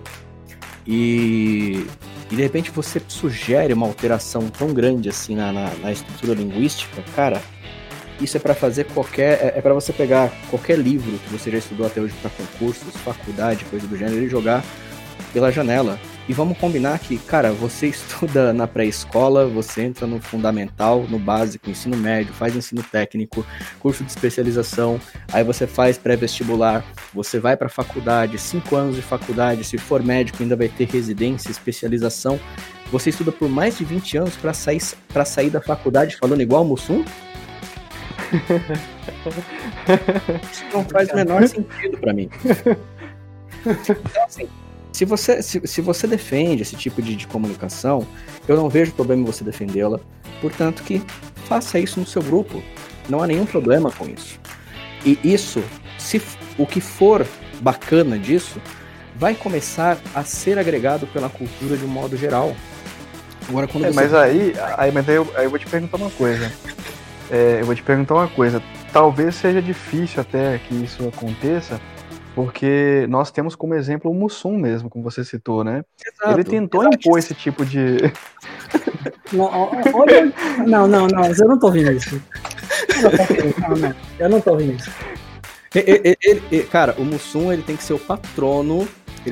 e de repente você sugere uma alteração tão grande assim na estrutura linguística, cara. Isso é para fazer é para você pegar qualquer livro que você já estudou até hoje para concursos, faculdade, coisa do gênero, e jogar pela janela. E vamos combinar que, cara, você estuda na pré-escola, você entra no fundamental, no básico, ensino médio, faz ensino técnico, curso de especialização, aí você faz pré-vestibular, você vai para faculdade, 5 anos de faculdade, se for médico ainda vai ter residência, especialização. Você estuda por mais de 20 anos para sair da faculdade falando igual o Mussum? Isso não faz o menor sentido para mim. Então, assim, se você defende esse tipo de comunicação, eu não vejo problema em você defendê-la, portanto que faça isso no seu grupo, não há nenhum problema com isso. E isso, o que for bacana disso, vai começar a ser agregado pela cultura de um modo geral. Agora, quando você... Mas aí eu vou te perguntar uma coisa. Talvez seja difícil até que isso aconteça, porque nós temos como exemplo o Mussum mesmo, como você citou, né? Exato, ele tentou impor esse tipo de... Não, eu não tô ouvindo isso. Eu não tô ouvindo isso. Cara, o Mussum, ele tem que ser o patrono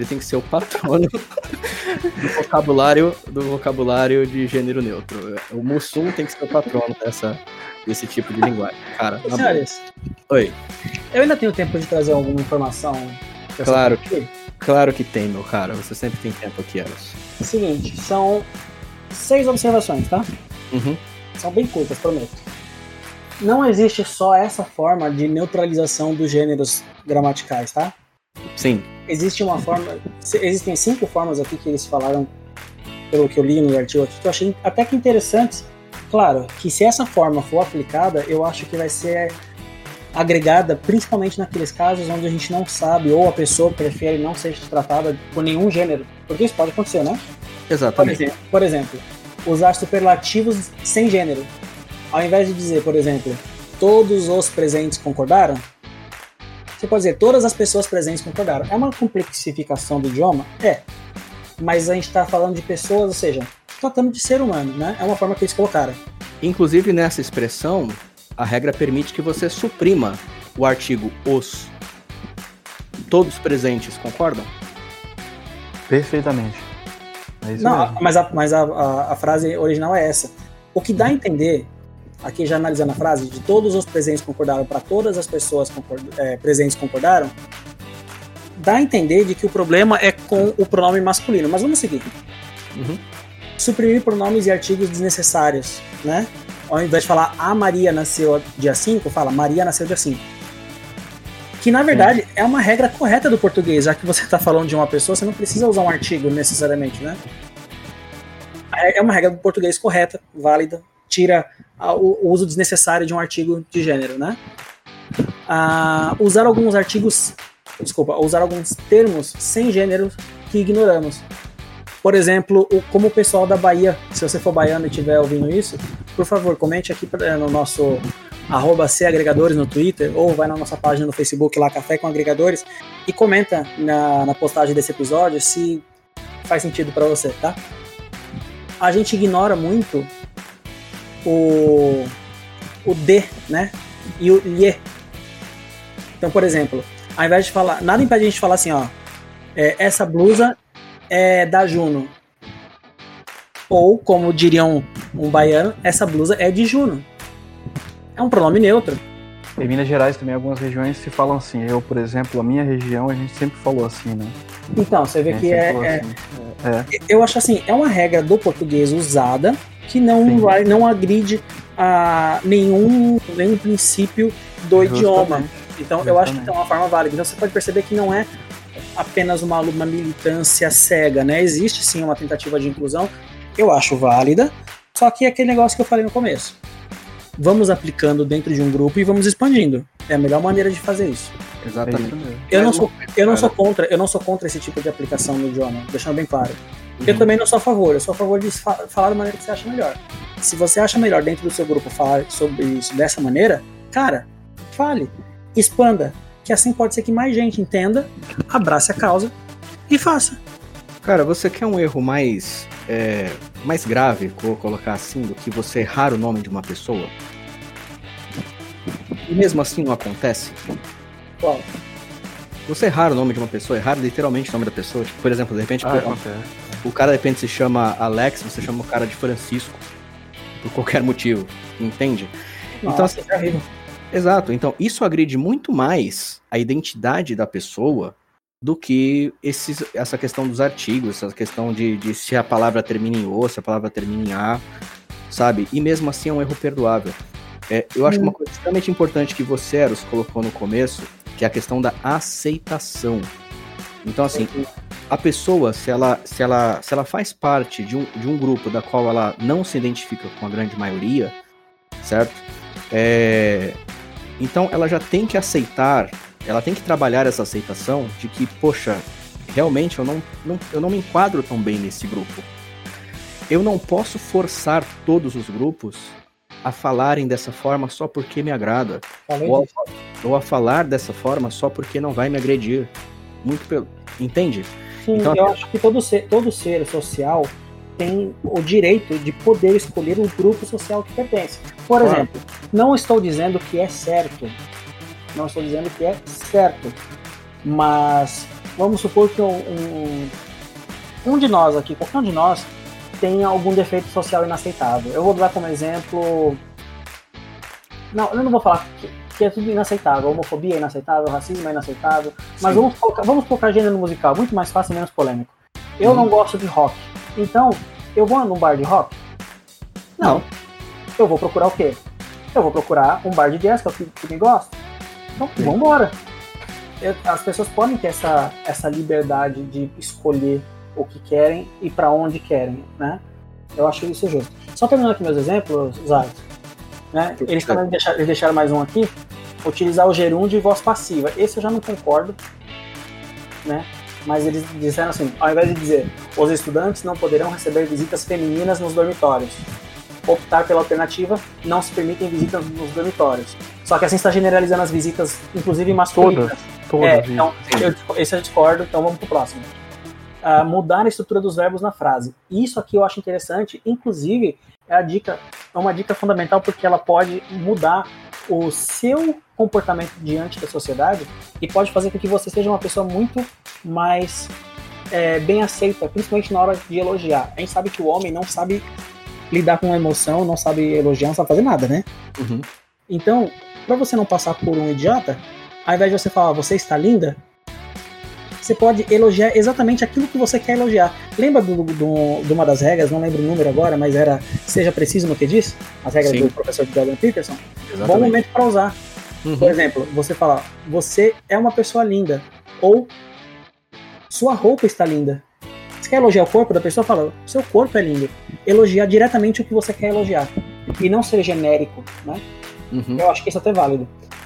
do vocabulário de gênero neutro. O Mussum tem que ser o patrono desse tipo de linguagem. Cara, senhores, oi. Eu ainda tenho tempo de trazer alguma informação? Claro que tem, meu cara. Você sempre tem tempo aqui, Eros. Seguinte, são 6 observações, tá? Uhum. São bem curtas, prometo. Não existe só essa forma de neutralização dos gêneros gramaticais, tá? Sim. Existem 5 formas aqui que eles falaram, pelo que eu li no artigo aqui, que eu achei até que interessantes. Claro, que se essa forma for aplicada, eu acho que vai ser agregada principalmente naqueles casos onde a gente não sabe, ou a pessoa prefere não ser tratada por nenhum gênero. Porque isso pode acontecer, né? Exatamente. Por exemplo, usar superlativos sem gênero. Ao invés de dizer, por exemplo, todos os presentes concordaram, você pode dizer todas as pessoas presentes concordaram. É uma complexificação do idioma? É. Mas a gente está falando de pessoas, ou seja, tratando de ser humano, né? É uma forma que eles colocaram. Inclusive, nessa expressão, a regra permite que você suprima o artigo os. Todos presentes, concordam? Perfeitamente. É isso não, mesmo. mas a frase original é essa. O que dá a entender, aqui já analisando a frase, de todos os presentes concordaram para todas as pessoas presentes concordaram, dá a entender de que o problema é com o pronome masculino. Mas vamos seguir. Uhum. Suprimir pronomes e artigos desnecessários, né? Ao invés de falar a Maria nasceu dia 5, fala Maria nasceu dia 5. Que na verdade é uma regra correta do português, já que você está falando de uma pessoa, você não precisa usar um artigo necessariamente, né? É uma regra do português correta, válida, tira o uso desnecessário de um artigo de gênero, né? Usar alguns artigos usar alguns termos sem gênero que ignoramos. Por exemplo, como o pessoal da Bahia, se você for baiano e estiver ouvindo isso, por favor, comente aqui no nosso @cagregadores no Twitter, ou vai na nossa página no Facebook lá, Café com Agregadores, e comenta na postagem desse episódio se faz sentido para você, tá? A gente ignora muito o D, né? E o lhe. Então, por exemplo, ao invés de falar, nada impede a gente falar assim, ó, essa blusa é da Juno. Ou, como diriam um baiano, essa blusa é de Juno. É um pronome neutro. Em Minas Gerais também, algumas regiões se falam assim. Eu, por exemplo, a minha região, a gente sempre falou assim, né? Então, você vê que assim. Eu acho assim, é uma regra do português usada que não agride a nenhum princípio do idioma. Então, eu acho que é uma forma válida. Então, você pode perceber que não é apenas uma militância cega, né? Existe sim uma tentativa de inclusão, eu acho válida, só que é aquele negócio que eu falei no começo. Vamos aplicando dentro de um grupo e vamos expandindo. É a melhor maneira de fazer isso. Exatamente. Eu não sou contra esse tipo de aplicação no idioma, deixando bem claro. Eu também não sou a favor, eu sou a favor de falar da maneira que você acha melhor. Se você acha melhor dentro do seu grupo falar sobre isso dessa maneira, cara, fale, expanda, que assim pode ser que mais gente entenda, abrace a causa e faça. Cara, você quer um erro mais grave, vou colocar assim, do que você errar o nome de uma pessoa? E mesmo assim não acontece? Qual? Você errar o nome de uma pessoa, errar literalmente o nome da pessoa, tipo, por exemplo, de repente o cara de repente se chama Alex, você chama o cara de Francisco, por qualquer motivo, entende? Nossa, então, assim, é horrível. Exato, então isso agride muito mais a identidade da pessoa do que essa questão dos artigos, essa questão de se a palavra termina em O, se a palavra termina em A, sabe? E mesmo assim é um erro perdoável. Eu acho que uma coisa extremamente importante que você, Eros, colocou no começo, que é a questão da aceitação. Então, assim, a pessoa, se ela faz parte de um grupo da qual ela não se identifica com a grande maioria, certo? Então ela já tem que aceitar, ela tem que trabalhar essa aceitação de que, poxa, realmente eu não me enquadro tão bem nesse grupo. Eu não posso forçar todos os grupos a falarem dessa forma só porque me agrada. Ou a falar dessa forma só porque não vai me agredir. Entende? Sim, então, eu acho que todo ser social tem o direito de poder escolher o grupo social que pertence. Por exemplo, não estou dizendo que é certo. Não estou dizendo que é certo. Mas vamos supor que um de nós aqui, qualquer um de nós, tem algum defeito social inaceitável. Eu vou dar como exemplo... Não, eu não vou falar que é tudo inaceitável. Homofobia é inaceitável, racismo é inaceitável. Mas vamos colocar gênero musical, muito mais fácil e menos polêmico. Eu não gosto de rock. Então, eu vou num bar de rock? Não. Eu vou procurar o quê? Eu vou procurar um bar de jazz, que é o que me gosta. Então, vamos embora. As pessoas podem ter essa liberdade de escolher o que querem e para onde querem, né? Eu acho isso justo. Só terminando aqui meus exemplos, Zayt, né? Eles também deixaram mais um aqui, utilizar o gerúndio e voz passiva. Esse eu já não concordo, né? Mas eles disseram assim, ao invés de dizer os estudantes não poderão receber visitas femininas nos dormitórios, optar pela alternativa, não se permitem visitas nos dormitórios. Só que assim está generalizando as visitas, inclusive masculinas. Todas. Então, esse eu discordo, então vamos pro próximo. Mudar a estrutura dos verbos na frase. Isso aqui eu acho interessante, inclusive é uma dica fundamental, porque ela pode mudar o seu comportamento diante da sociedade e pode fazer com que você seja uma pessoa muito mais bem aceita, principalmente na hora de elogiar. A gente sabe que o homem não sabe lidar com a emoção, não sabe elogiar, não sabe fazer nada, né? Uhum. Então, pra você não passar por um idiota, ao invés de você falar, você está linda, você pode elogiar exatamente aquilo que você quer elogiar. Lembra de uma das regras, não lembro o número agora, mas era seja preciso no que diz? As regras do professor Jordan Peterson. Exatamente. Bom momento para usar. Uhum. Por exemplo, você fala, você é uma pessoa linda, ou sua roupa está linda. Você quer elogiar o corpo da pessoa? Fala, seu corpo é lindo. Elogiar diretamente o que você quer elogiar. E não ser genérico, né? Uhum. Eu acho que isso é até válido.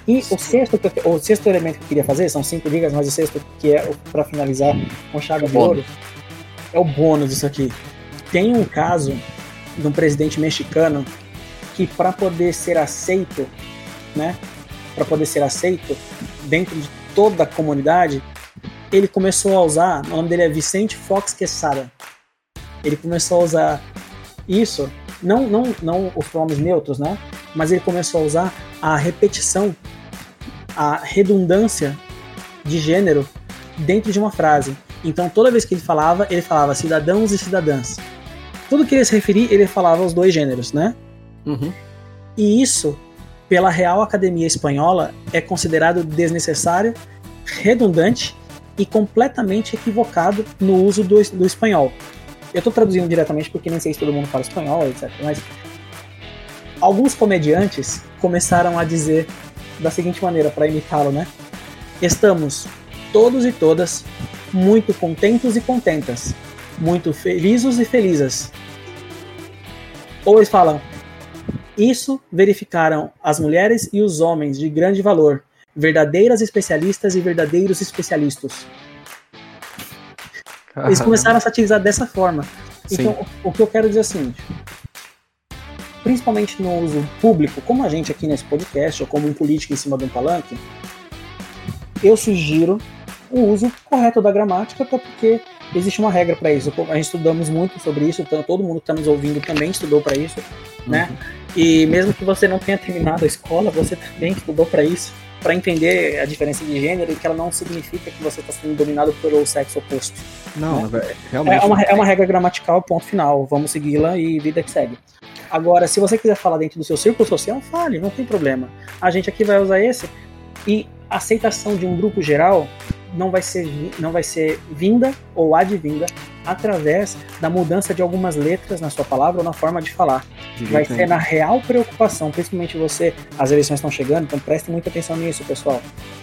E o sexto elemento que eu queria fazer, são 5 dicas, mas o sexto, que é para finalizar com chave de ouro, é o bônus disso aqui. Tem um caso de um presidente mexicano que, para poder ser aceito, né, dentro de toda a comunidade, ele começou a usar, o nome dele é Vicente Fox Quesada. Ele começou a usar isso, não os pronomes neutros, né, mas ele começou a usar a repetição, a redundância de gênero dentro de uma frase. Então, toda vez que ele falava cidadãos e cidadãs. Tudo que ele se referia, ele falava os dois gêneros, né? Uhum. E isso, pela Real Academia Espanhola, é considerado desnecessário, redundante e completamente equivocado no uso do espanhol. Eu estou traduzindo diretamente porque nem sei se todo mundo fala espanhol, etc. Mas alguns comediantes começaram a dizer da seguinte maneira, para imitá-lo, né? Estamos todos e todas muito contentos e contentas, muito felizes e felizes. Ou eles falam, isso verificaram as mulheres e os homens de grande valor, verdadeiras especialistas e verdadeiros especialistas. Eles começaram a satirizar dessa forma. Então, sim, o que eu quero dizer é o seguinte, principalmente no uso público, como a gente aqui nesse podcast, ou como um político em cima de um palanque, eu sugiro o uso correto da gramática, até porque existe uma regra para isso. A gente estudamos muito sobre isso, então todo mundo que está nos ouvindo também estudou para isso, né? E mesmo que você não tenha terminado a escola, você também estudou para isso, para entender a diferença de gênero e que ela não significa que você está sendo dominado pelo sexo oposto. Não, né? Realmente. É uma regra gramatical, ponto final. Vamos segui-la e vida que segue. Agora, se você quiser falar dentro do seu círculo social, fale, não tem problema. A gente aqui vai usar esse, e a aceitação de um grupo geral não vai ser vinda ou advinda através da mudança de algumas letras na sua palavra ou na forma de falar. Vai ser na real preocupação, principalmente você, as eleições estão chegando, então prestem muita atenção nisso, pessoal.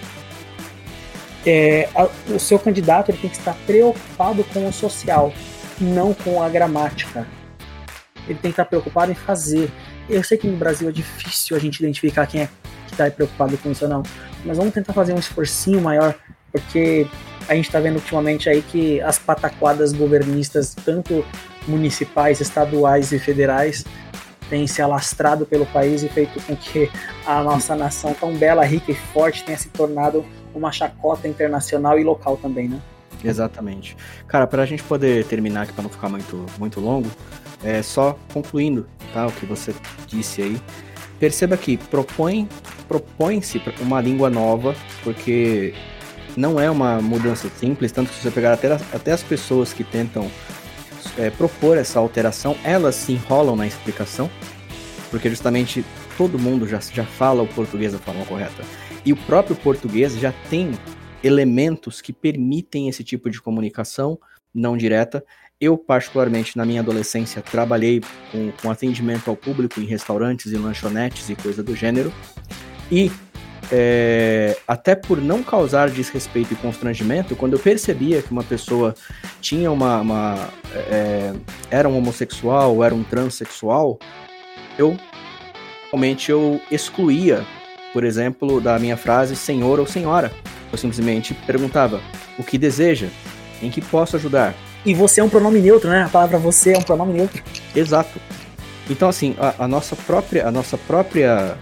O seu candidato ele tem que estar preocupado com o social, não com a gramática. Ele tem que estar preocupado em fazer. Eu sei que no Brasil é difícil a gente identificar quem é que está preocupado com isso ou não, mas vamos tentar fazer um esforcinho maior, porque a gente está vendo ultimamente aí que as pataquadas governistas, tanto municipais, estaduais e federais, têm se alastrado pelo país e feito com que a nossa nação tão bela, rica e forte tenha se tornado uma chacota internacional e local também, né? Exatamente. Cara, para a gente poder terminar aqui, para não ficar muito, muito longo, só concluindo, tá, o que você disse aí, perceba que propõe-se uma língua nova, porque não é uma mudança simples, tanto que se você pegar até as pessoas que tentam propor essa alteração, elas se enrolam na explicação, porque justamente todo mundo já fala o português da forma correta. E o próprio português já tem elementos que permitem esse tipo de comunicação não direta. Eu, particularmente, na minha adolescência, trabalhei com atendimento ao público em restaurantes e lanchonetes e coisa do gênero. E até por não causar desrespeito e constrangimento, quando eu percebia que uma pessoa tinha era um homossexual ou era um transexual, eu excluía, por exemplo, da minha frase senhor ou senhora. Eu simplesmente perguntava, o que deseja? Em que posso ajudar? E você é um pronome neutro, né? A palavra você é um pronome neutro. Exato. Então, assim, nosso próprio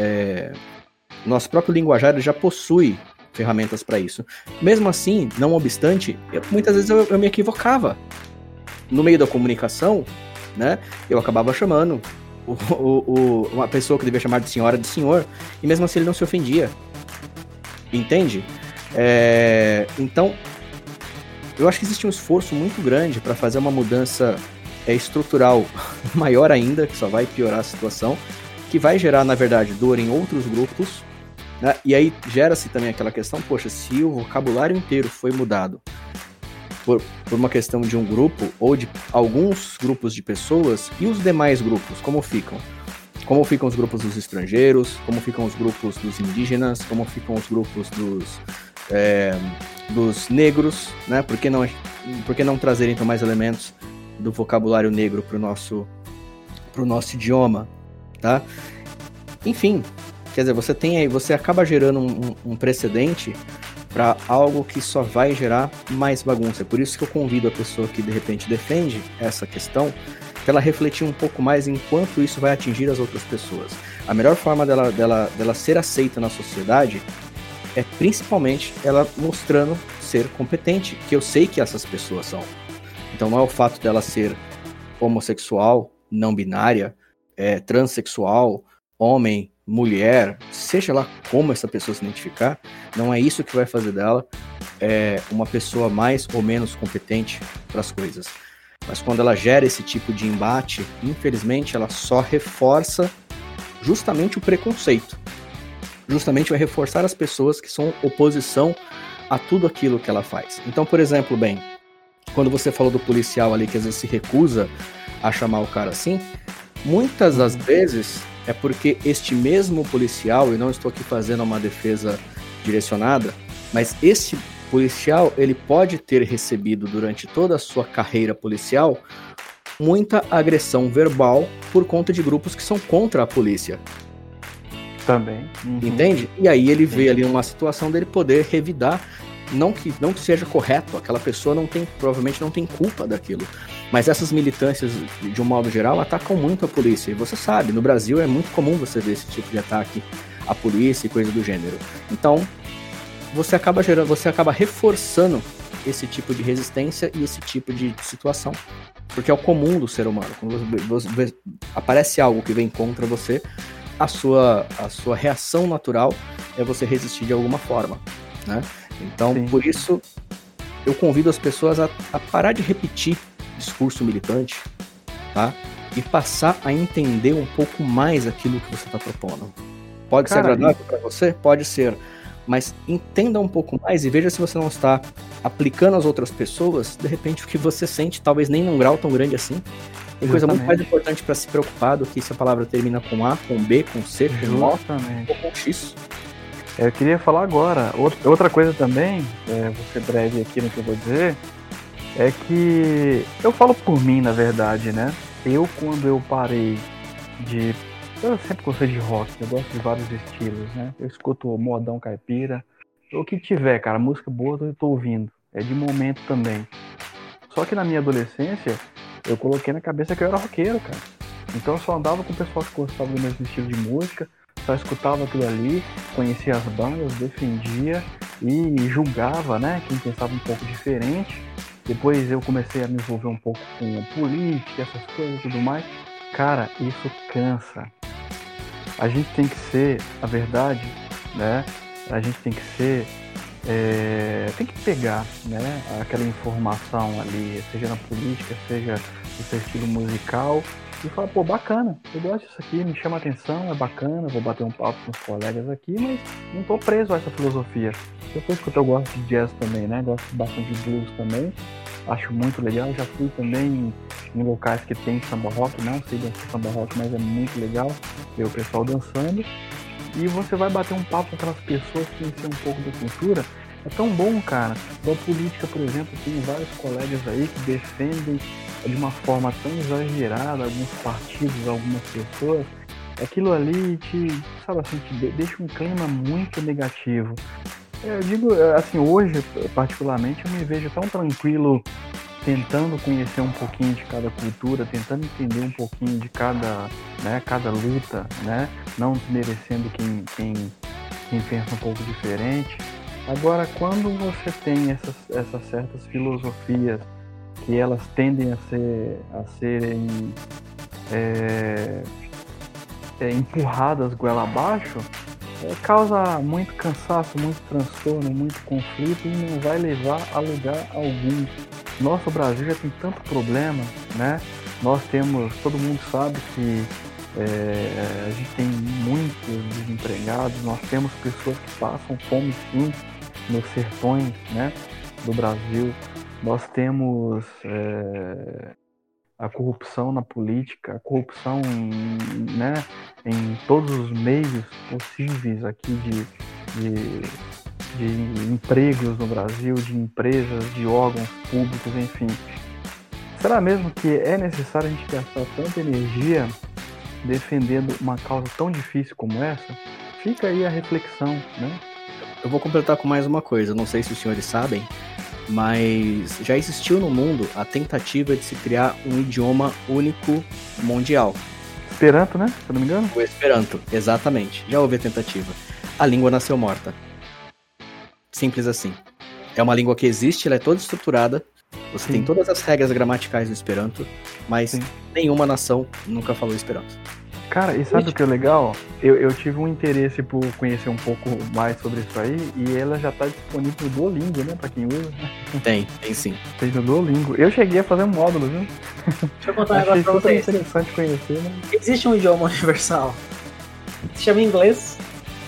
linguajar já possui ferramentas para isso. Mesmo assim, não obstante, muitas vezes eu me equivocava. No meio da comunicação, né, eu acabava chamando uma pessoa que devia chamar de senhora de senhor, e mesmo assim ele não se ofendia. Entende? Então, eu acho que existe um esforço muito grande para fazer uma mudança estrutural maior ainda, que só vai piorar a situação, que vai gerar, na verdade, dor em outros grupos, né? E aí gera-se também aquela questão, poxa, se o vocabulário inteiro foi mudado por uma questão de um grupo ou de alguns grupos de pessoas, e os demais grupos, como ficam? Como ficam os grupos dos estrangeiros, como ficam os grupos dos indígenas, como ficam os grupos dos negros, né? Por que não trazer então mais elementos do vocabulário negro para o nosso idioma, tá? Enfim, Quer dizer, você acaba gerando um precedente para algo que só vai gerar mais bagunça. É por isso que eu convido a pessoa que de repente defende essa questão para ela refletir um pouco mais em quanto isso vai atingir as outras pessoas. A melhor forma dela ser aceita na sociedade é principalmente ela mostrando ser competente, que eu sei que essas pessoas são. Então não é o fato dela ser homossexual, não binária, transexual, homem, mulher, seja lá como essa pessoa se identificar, não é isso que vai fazer dela uma pessoa mais ou menos competente para as coisas. Mas quando ela gera esse tipo de embate, infelizmente ela só reforça justamente o preconceito. Justamente vai reforçar as pessoas que são oposição a tudo aquilo que ela faz. Então, por exemplo, quando você falou do policial ali que às vezes se recusa a chamar o cara assim, muitas das vezes é porque este mesmo policial, e não estou aqui fazendo uma defesa direcionada, mas este policial, ele pode ter recebido durante toda a sua carreira policial muita agressão verbal por conta de grupos que são contra a polícia. Também. Entende? E aí ele vê ali uma situação dele poder revidar, não que seja correto, aquela pessoa provavelmente não tem culpa daquilo. Mas essas militâncias, de um modo geral, atacam muito a polícia. E você sabe, no Brasil é muito comum você ver esse tipo de ataque à polícia e coisa do gênero. Então, você acaba reforçando esse tipo de resistência e esse tipo de situação. Porque é o comum do ser humano. Quando aparece algo que vem contra você, a sua reação natural é você resistir de alguma forma, né? Então, sim, por isso, eu convido as pessoas a parar de repetir discurso militante, tá? E passar a entender um pouco mais aquilo que você está propondo. Pode ser agradável para você? Pode ser. Mas entenda um pouco mais e veja se você não está aplicando às outras pessoas, de repente, o que você sente, talvez nem num grau tão grande assim. Tem coisa muito mais importante para se preocupar do que se a palavra termina com A, com B, com C, com O ou com X. Eu queria falar agora. Outra coisa também, vou ser breve aqui no que eu vou dizer, é que eu falo por mim, na verdade, né? Quando eu parei de... Eu sempre gostei de rock, eu gosto de vários estilos, né? Eu escuto modão, caipira, o que tiver, cara, música boa eu tô ouvindo. É de momento também. Só que na minha adolescência, eu coloquei na cabeça que eu era roqueiro, cara. Então eu só andava com o pessoal que gostava do mesmo estilo de música, só escutava aquilo ali, conhecia as bandas, defendia e julgava, né, quem pensava um pouco diferente. Depois eu comecei a me envolver um pouco com política, essas coisas e tudo mais. Cara, isso cansa. A gente tem que ser, a verdade, né, a gente tem que ser... tem que pegar, né, aquela informação ali, seja na política, seja no seu estilo musical, e falar, pô, bacana, eu gosto disso aqui, me chama a atenção, é bacana, vou bater um papo com os colegas aqui, mas não tô preso a essa filosofia. Depois que eu gosto de jazz também, né, gosto bastante de blues também, acho muito legal, já fui também em locais que tem samba rock, não sei dançar samba rock, mas é muito legal ver o pessoal dançando. E você vai bater um papo com aquelas pessoas que conhecem um pouco da cultura. É tão bom, cara. Da política, por exemplo, tem vários colegas aí que defendem de uma forma tão exagerada alguns partidos, algumas pessoas. Aquilo ali sabe assim, te deixa um clima muito negativo. Eu digo, assim, hoje, particularmente, eu me vejo tão tranquilo tentando conhecer um pouquinho de cada cultura, tentando entender um pouquinho de cada luta, né? Não desmerecendo quem pensa um pouco diferente. Agora, quando você tem essas certas filosofias que elas tendem a serem empurradas goela abaixo, causa muito cansaço, muito transtorno, muito conflito e não vai levar a lugar algum. Nosso Brasil já tem tanto problema, né? Nós temos, todo mundo sabe que a gente tem muitos desempregados, nós temos pessoas que passam fome sim nos sertões, né, do Brasil. Nós temos a corrupção na política, a corrupção em todos os meios possíveis aqui de empregos no Brasil, de empresas, de órgãos públicos, enfim. Será mesmo que é necessário a gente gastar tanta energia defendendo uma causa tão difícil como essa? fica aí a reflexão, né? Eu vou completar com mais uma coisa, não sei se os senhores sabem, mas já existiu no mundo a tentativa de se criar um idioma único mundial. Esperanto, né? Se eu não me engano. O Esperanto, exatamente. Já houve a tentativa. A língua nasceu morta. Simples assim. É uma língua que existe, ela é toda estruturada, você tem todas as regras gramaticais do Esperanto, mas nenhuma nação nunca falou Esperanto. Cara, e sabe o que é legal? Eu tive um interesse por conhecer um pouco mais sobre isso aí, e ela já tá disponível no Duolingo, né? Pra quem usa. Tem sim. Tem no Duolingo. Eu cheguei a fazer um módulo, viu? Deixa eu contar um negócio pra vocês. Interessante conhecer, né? Existe um idioma universal. Se chama inglês.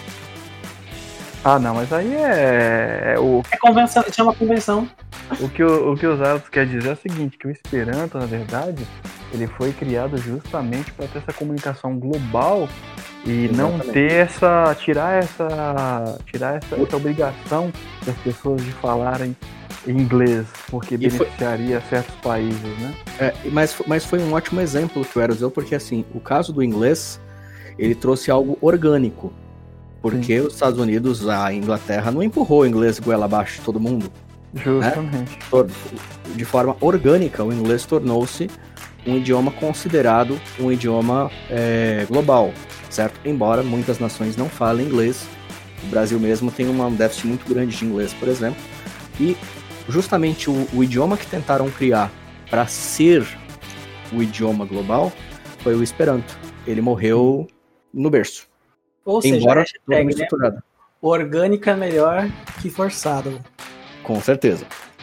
Ah, não, mas aí é convenção, se chama convenção. O que o Zaros quer dizer é o seguinte, que o Esperanto, na verdade, ele foi criado justamente para ter essa comunicação global e exatamente. Não ter tirar essa obrigação das pessoas de falarem inglês, porque beneficiaria certos países, né? Mas foi um ótimo exemplo que o Eros deu, porque assim, o caso do inglês, ele trouxe algo orgânico. Porque os Estados Unidos, a Inglaterra, não empurrou o inglês goela abaixo de todo mundo. Justamente. Né? De forma orgânica, o inglês tornou-se um idioma considerado um idioma global, certo? Embora muitas nações não falem inglês, o Brasil mesmo tem um déficit muito grande de inglês, por exemplo, e justamente o idioma que tentaram criar para ser o idioma global foi o Esperanto. Ele morreu no berço. Ou embora seja, totalmente estruturado. Orgânica é melhor que forçado. Com certeza.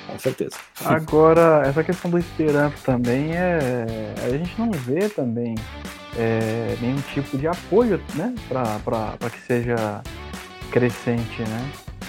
Agora, essa questão do Esperanto também a gente não vê também nenhum tipo de apoio, né, para que seja crescente, né?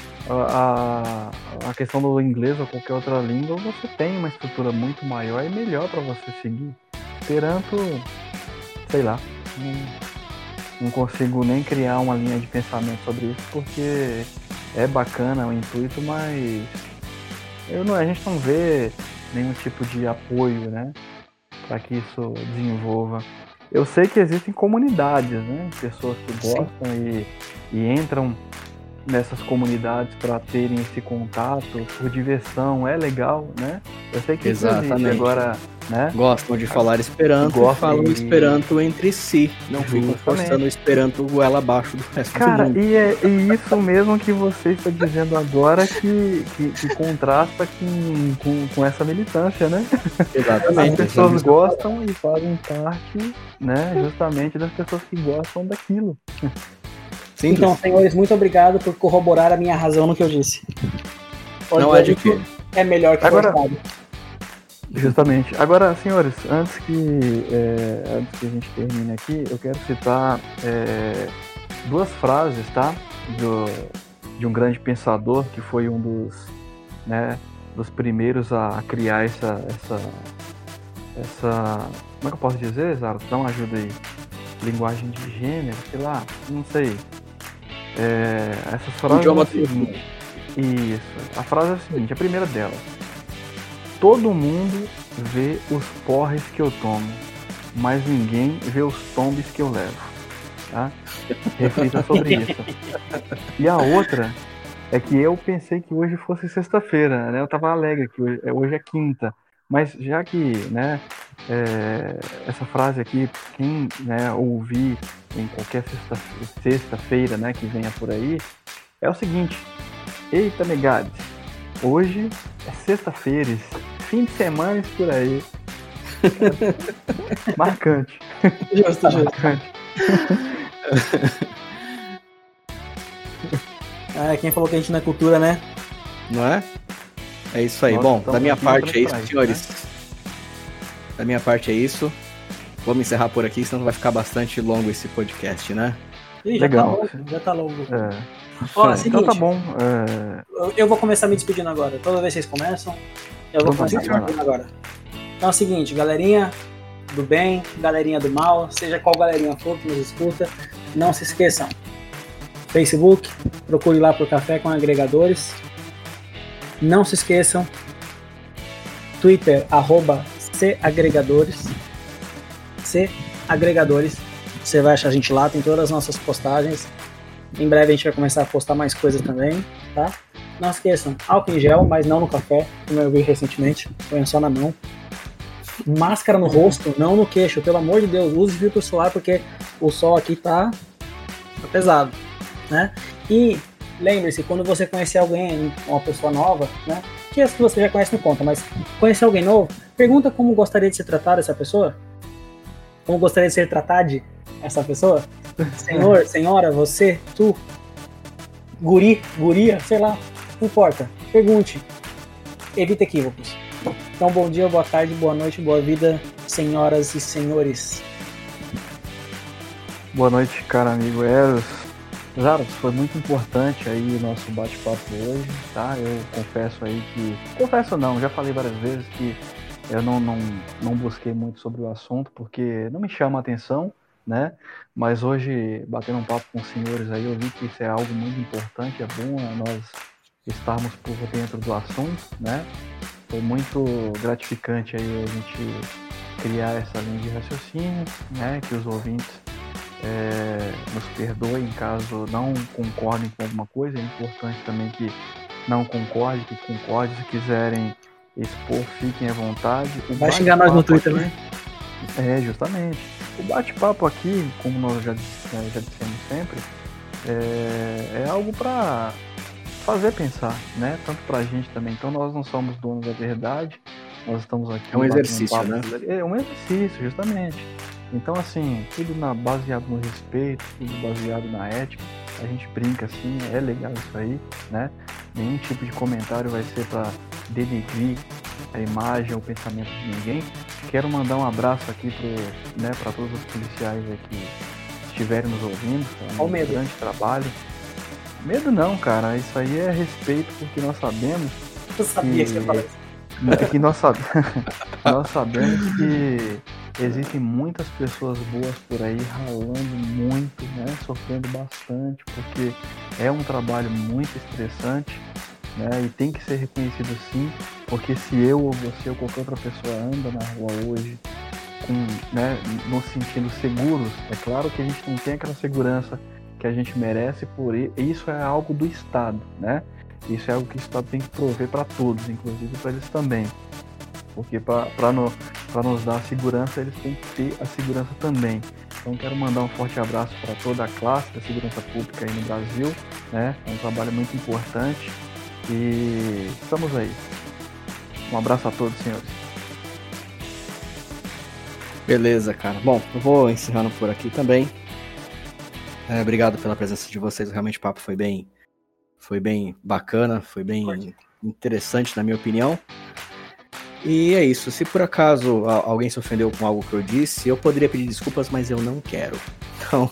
A questão do inglês ou qualquer outra língua, você tem uma estrutura muito maior e melhor para você seguir. Esperanto, sei lá, não consigo nem criar uma linha de pensamento sobre isso, porque é bacana o intuito, mas a gente não vê nenhum tipo de apoio, né, para que isso desenvolva. Eu sei que existem comunidades, né, pessoas que gostam e entram nessas comunidades para terem esse contato por diversão, é legal, né? Eu sei que existe agora, né? Gostam de falar Esperanto e falam Esperanto entre si, não ficam forçando o Esperanto goela abaixo do resto do mundo. Cara, e é isso mesmo que você está dizendo agora que contrasta com essa militância, né? Exatamente. As pessoas gostam e fazem parte, né, justamente das pessoas que gostam daquilo. Simples. Então, senhores, muito obrigado por corroborar a minha razão no que eu disse. Não é de que é melhor que forçado. Justamente. Agora, senhores, antes que a gente termine aqui, eu quero citar duas frases, tá? De um grande pensador que foi um dos primeiros a criar essa como é que eu posso dizer, Zara? Dá uma ajuda aí. Linguagem de gênero, sei lá, não sei. Essas frases é o seguinte. Isso. A frase é a seguinte, a primeira delas. Todo mundo vê os porres que eu tomo, mas ninguém vê os tombes que eu levo. Tá? Reflita sobre isso. E a outra é que eu pensei que hoje fosse sexta-feira, né? Eu tava alegre que hoje é quinta. Mas já que, né, essa frase aqui, quem, né, ouvir em qualquer sexta-feira, né, que venha por aí, é o seguinte: eita, negades, hoje é sexta-feira, fim de semana por aí. Marcante. Justo. Marcante. Quem falou que a gente não é cultura, né? Não é? É isso aí. Nossa, bom, então da minha parte é isso, isso, senhores. Né? Da minha parte é isso. Vamos encerrar por aqui, senão vai ficar bastante longo esse podcast, né? Ih, legal. Já tá longo. Ó, seguinte, então tá bom. Eu vou começar me despedindo agora. Toda vez que vocês começam, eu vou começar me despedindo agora. Então é o seguinte, galerinha do bem, galerinha do mal, seja qual galerinha for que nos escuta, não se esqueçam. Facebook, procure lá por Café com Agregadores. Não se esqueçam. Twitter, @CAgregadores. Você vai achar a gente lá, tem todas as nossas postagens. Em breve a gente vai começar a postar mais coisas também, tá? Não esqueçam, álcool em gel, mas não no café, como eu vi recentemente, põe só na mão. Máscara no rosto, não no queixo, pelo amor de Deus, use filtro solar porque o sol aqui tá pesado, né? E lembre-se, quando você conhecer alguém, uma pessoa nova, né? Que as que você já conhece não conta, mas conhecer alguém novo, pergunta como gostaria de ser tratado essa pessoa. Como gostaria de ser tratada essa pessoa? Senhor, senhora, você, tu, guri, guria, sei lá, não importa. Pergunte. Evite equívocos. Então, bom dia, boa tarde, boa noite, boa vida, senhoras e senhores. Boa noite, cara amigo Eros. Zaros, foi muito importante aí o nosso bate-papo hoje, tá? Eu confesso aí que... Confesso não, já falei várias vezes que eu não busquei muito sobre o assunto porque não me chama a atenção, né? Mas hoje, batendo um papo com os senhores aí, eu vi que isso é algo muito importante, é bom nós estarmos por dentro do assunto, né? Foi muito gratificante aí a gente criar essa linha de raciocínio, né? Que os ouvintes nos perdoem caso não concordem com alguma coisa. É importante também que não concorde, que concorde. Se quiserem expor, fiquem à vontade. Vai xingar nós no Twitter, aqui, né? Justamente. O bate-papo aqui, como nós já dissemos sempre, é algo para fazer pensar, né? Tanto pra gente também. Então nós não somos donos da verdade, nós estamos aqui... É um exercício, né? É um exercício, justamente. Então, assim, tudo baseado no respeito, tudo baseado na ética. A gente brinca assim, é legal isso aí, né? Nenhum tipo de comentário vai ser para denegrir a imagem ou o pensamento de ninguém. Quero mandar um abraço aqui para todos os policiais que estiverem nos ouvindo. É um grande trabalho. Medo não, cara. Isso aí é respeito, porque nós sabemos... Eu sabia que você ia falar isso. Que nós sabemos que existem muitas pessoas boas por aí ralando muito, né, sofrendo bastante, porque é um trabalho muito estressante, né, e tem que ser reconhecido sim, porque se eu ou você ou qualquer outra pessoa anda na rua hoje nos sentindo seguros, é claro que a gente não tem aquela segurança que a gente merece, por isso é algo do Estado, né? Isso é algo que o Estado tem que prover para todos, inclusive para eles também. Porque para nos dar a segurança, eles têm que ter a segurança também. Então quero mandar um forte abraço para toda a classe da segurança pública aí no Brasil, né? É um trabalho muito importante e estamos aí. Um abraço a todos, senhores. Beleza, cara. Bom, eu vou encerrando por aqui também. Obrigado pela presença de vocês. Realmente o papo foi bem bacana, foi bem interessante na minha opinião. E é isso. Se por acaso alguém se ofendeu com algo que eu disse, eu poderia pedir desculpas, mas eu não quero. Então,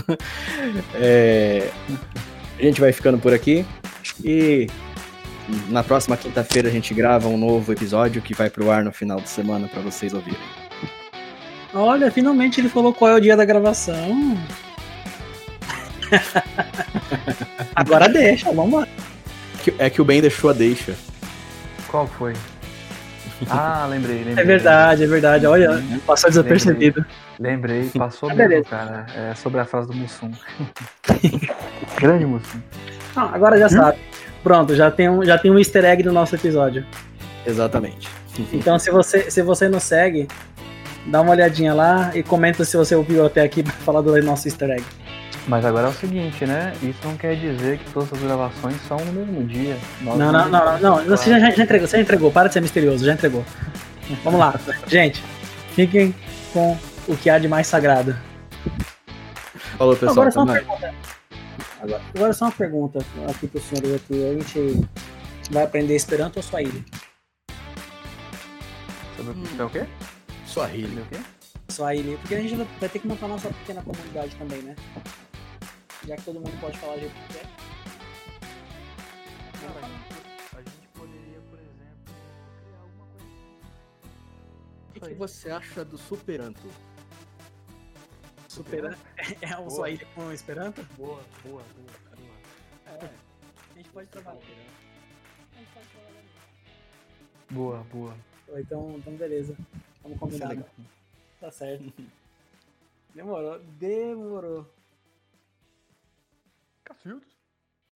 a gente vai ficando por aqui. E na próxima quinta-feira a gente grava um novo episódio que vai pro ar no final de semana para vocês ouvirem. Olha, finalmente ele falou qual é o dia da gravação. Agora deixa, vamos lá. É que o Ben deixou a deixa. Qual foi? Ah, lembrei. É verdade. Olha, passou desapercebido. Lembrei, passou mesmo, cara. É sobre a frase do Mussum. Grande Mussum. Agora já sabe. Pronto, já tem um easter egg no nosso episódio. Exatamente. Então, se você não segue, dá uma olhadinha lá e comenta se você ouviu até aqui pra falar do nosso easter egg. Mas agora é o seguinte, né? Isso não quer dizer que todas as gravações são no mesmo dia. Não. Você já entregou. Para de ser misterioso, já entregou. Vamos lá. Gente, fiquem com o que há de mais sagrado. Falou, pessoal. Agora só uma pergunta. Agora só uma pergunta aqui pro senhor aqui. A gente vai aprender Esperanto ou Swahili? Sobre o quê? Swahili. O quê? Swahili, porque a gente vai ter que montar nossa pequena comunidade também, né? Já que todo mundo pode falar o jeito que quer. A gente poderia, por exemplo, criar alguma coisa. O que você acha do Superanto? Superanto? É um Swahili com Esperanto? Boa. A gente pode trabalhar. Boa. Então beleza. Vamos combinar. Tá certo. Demorou. Cacildos.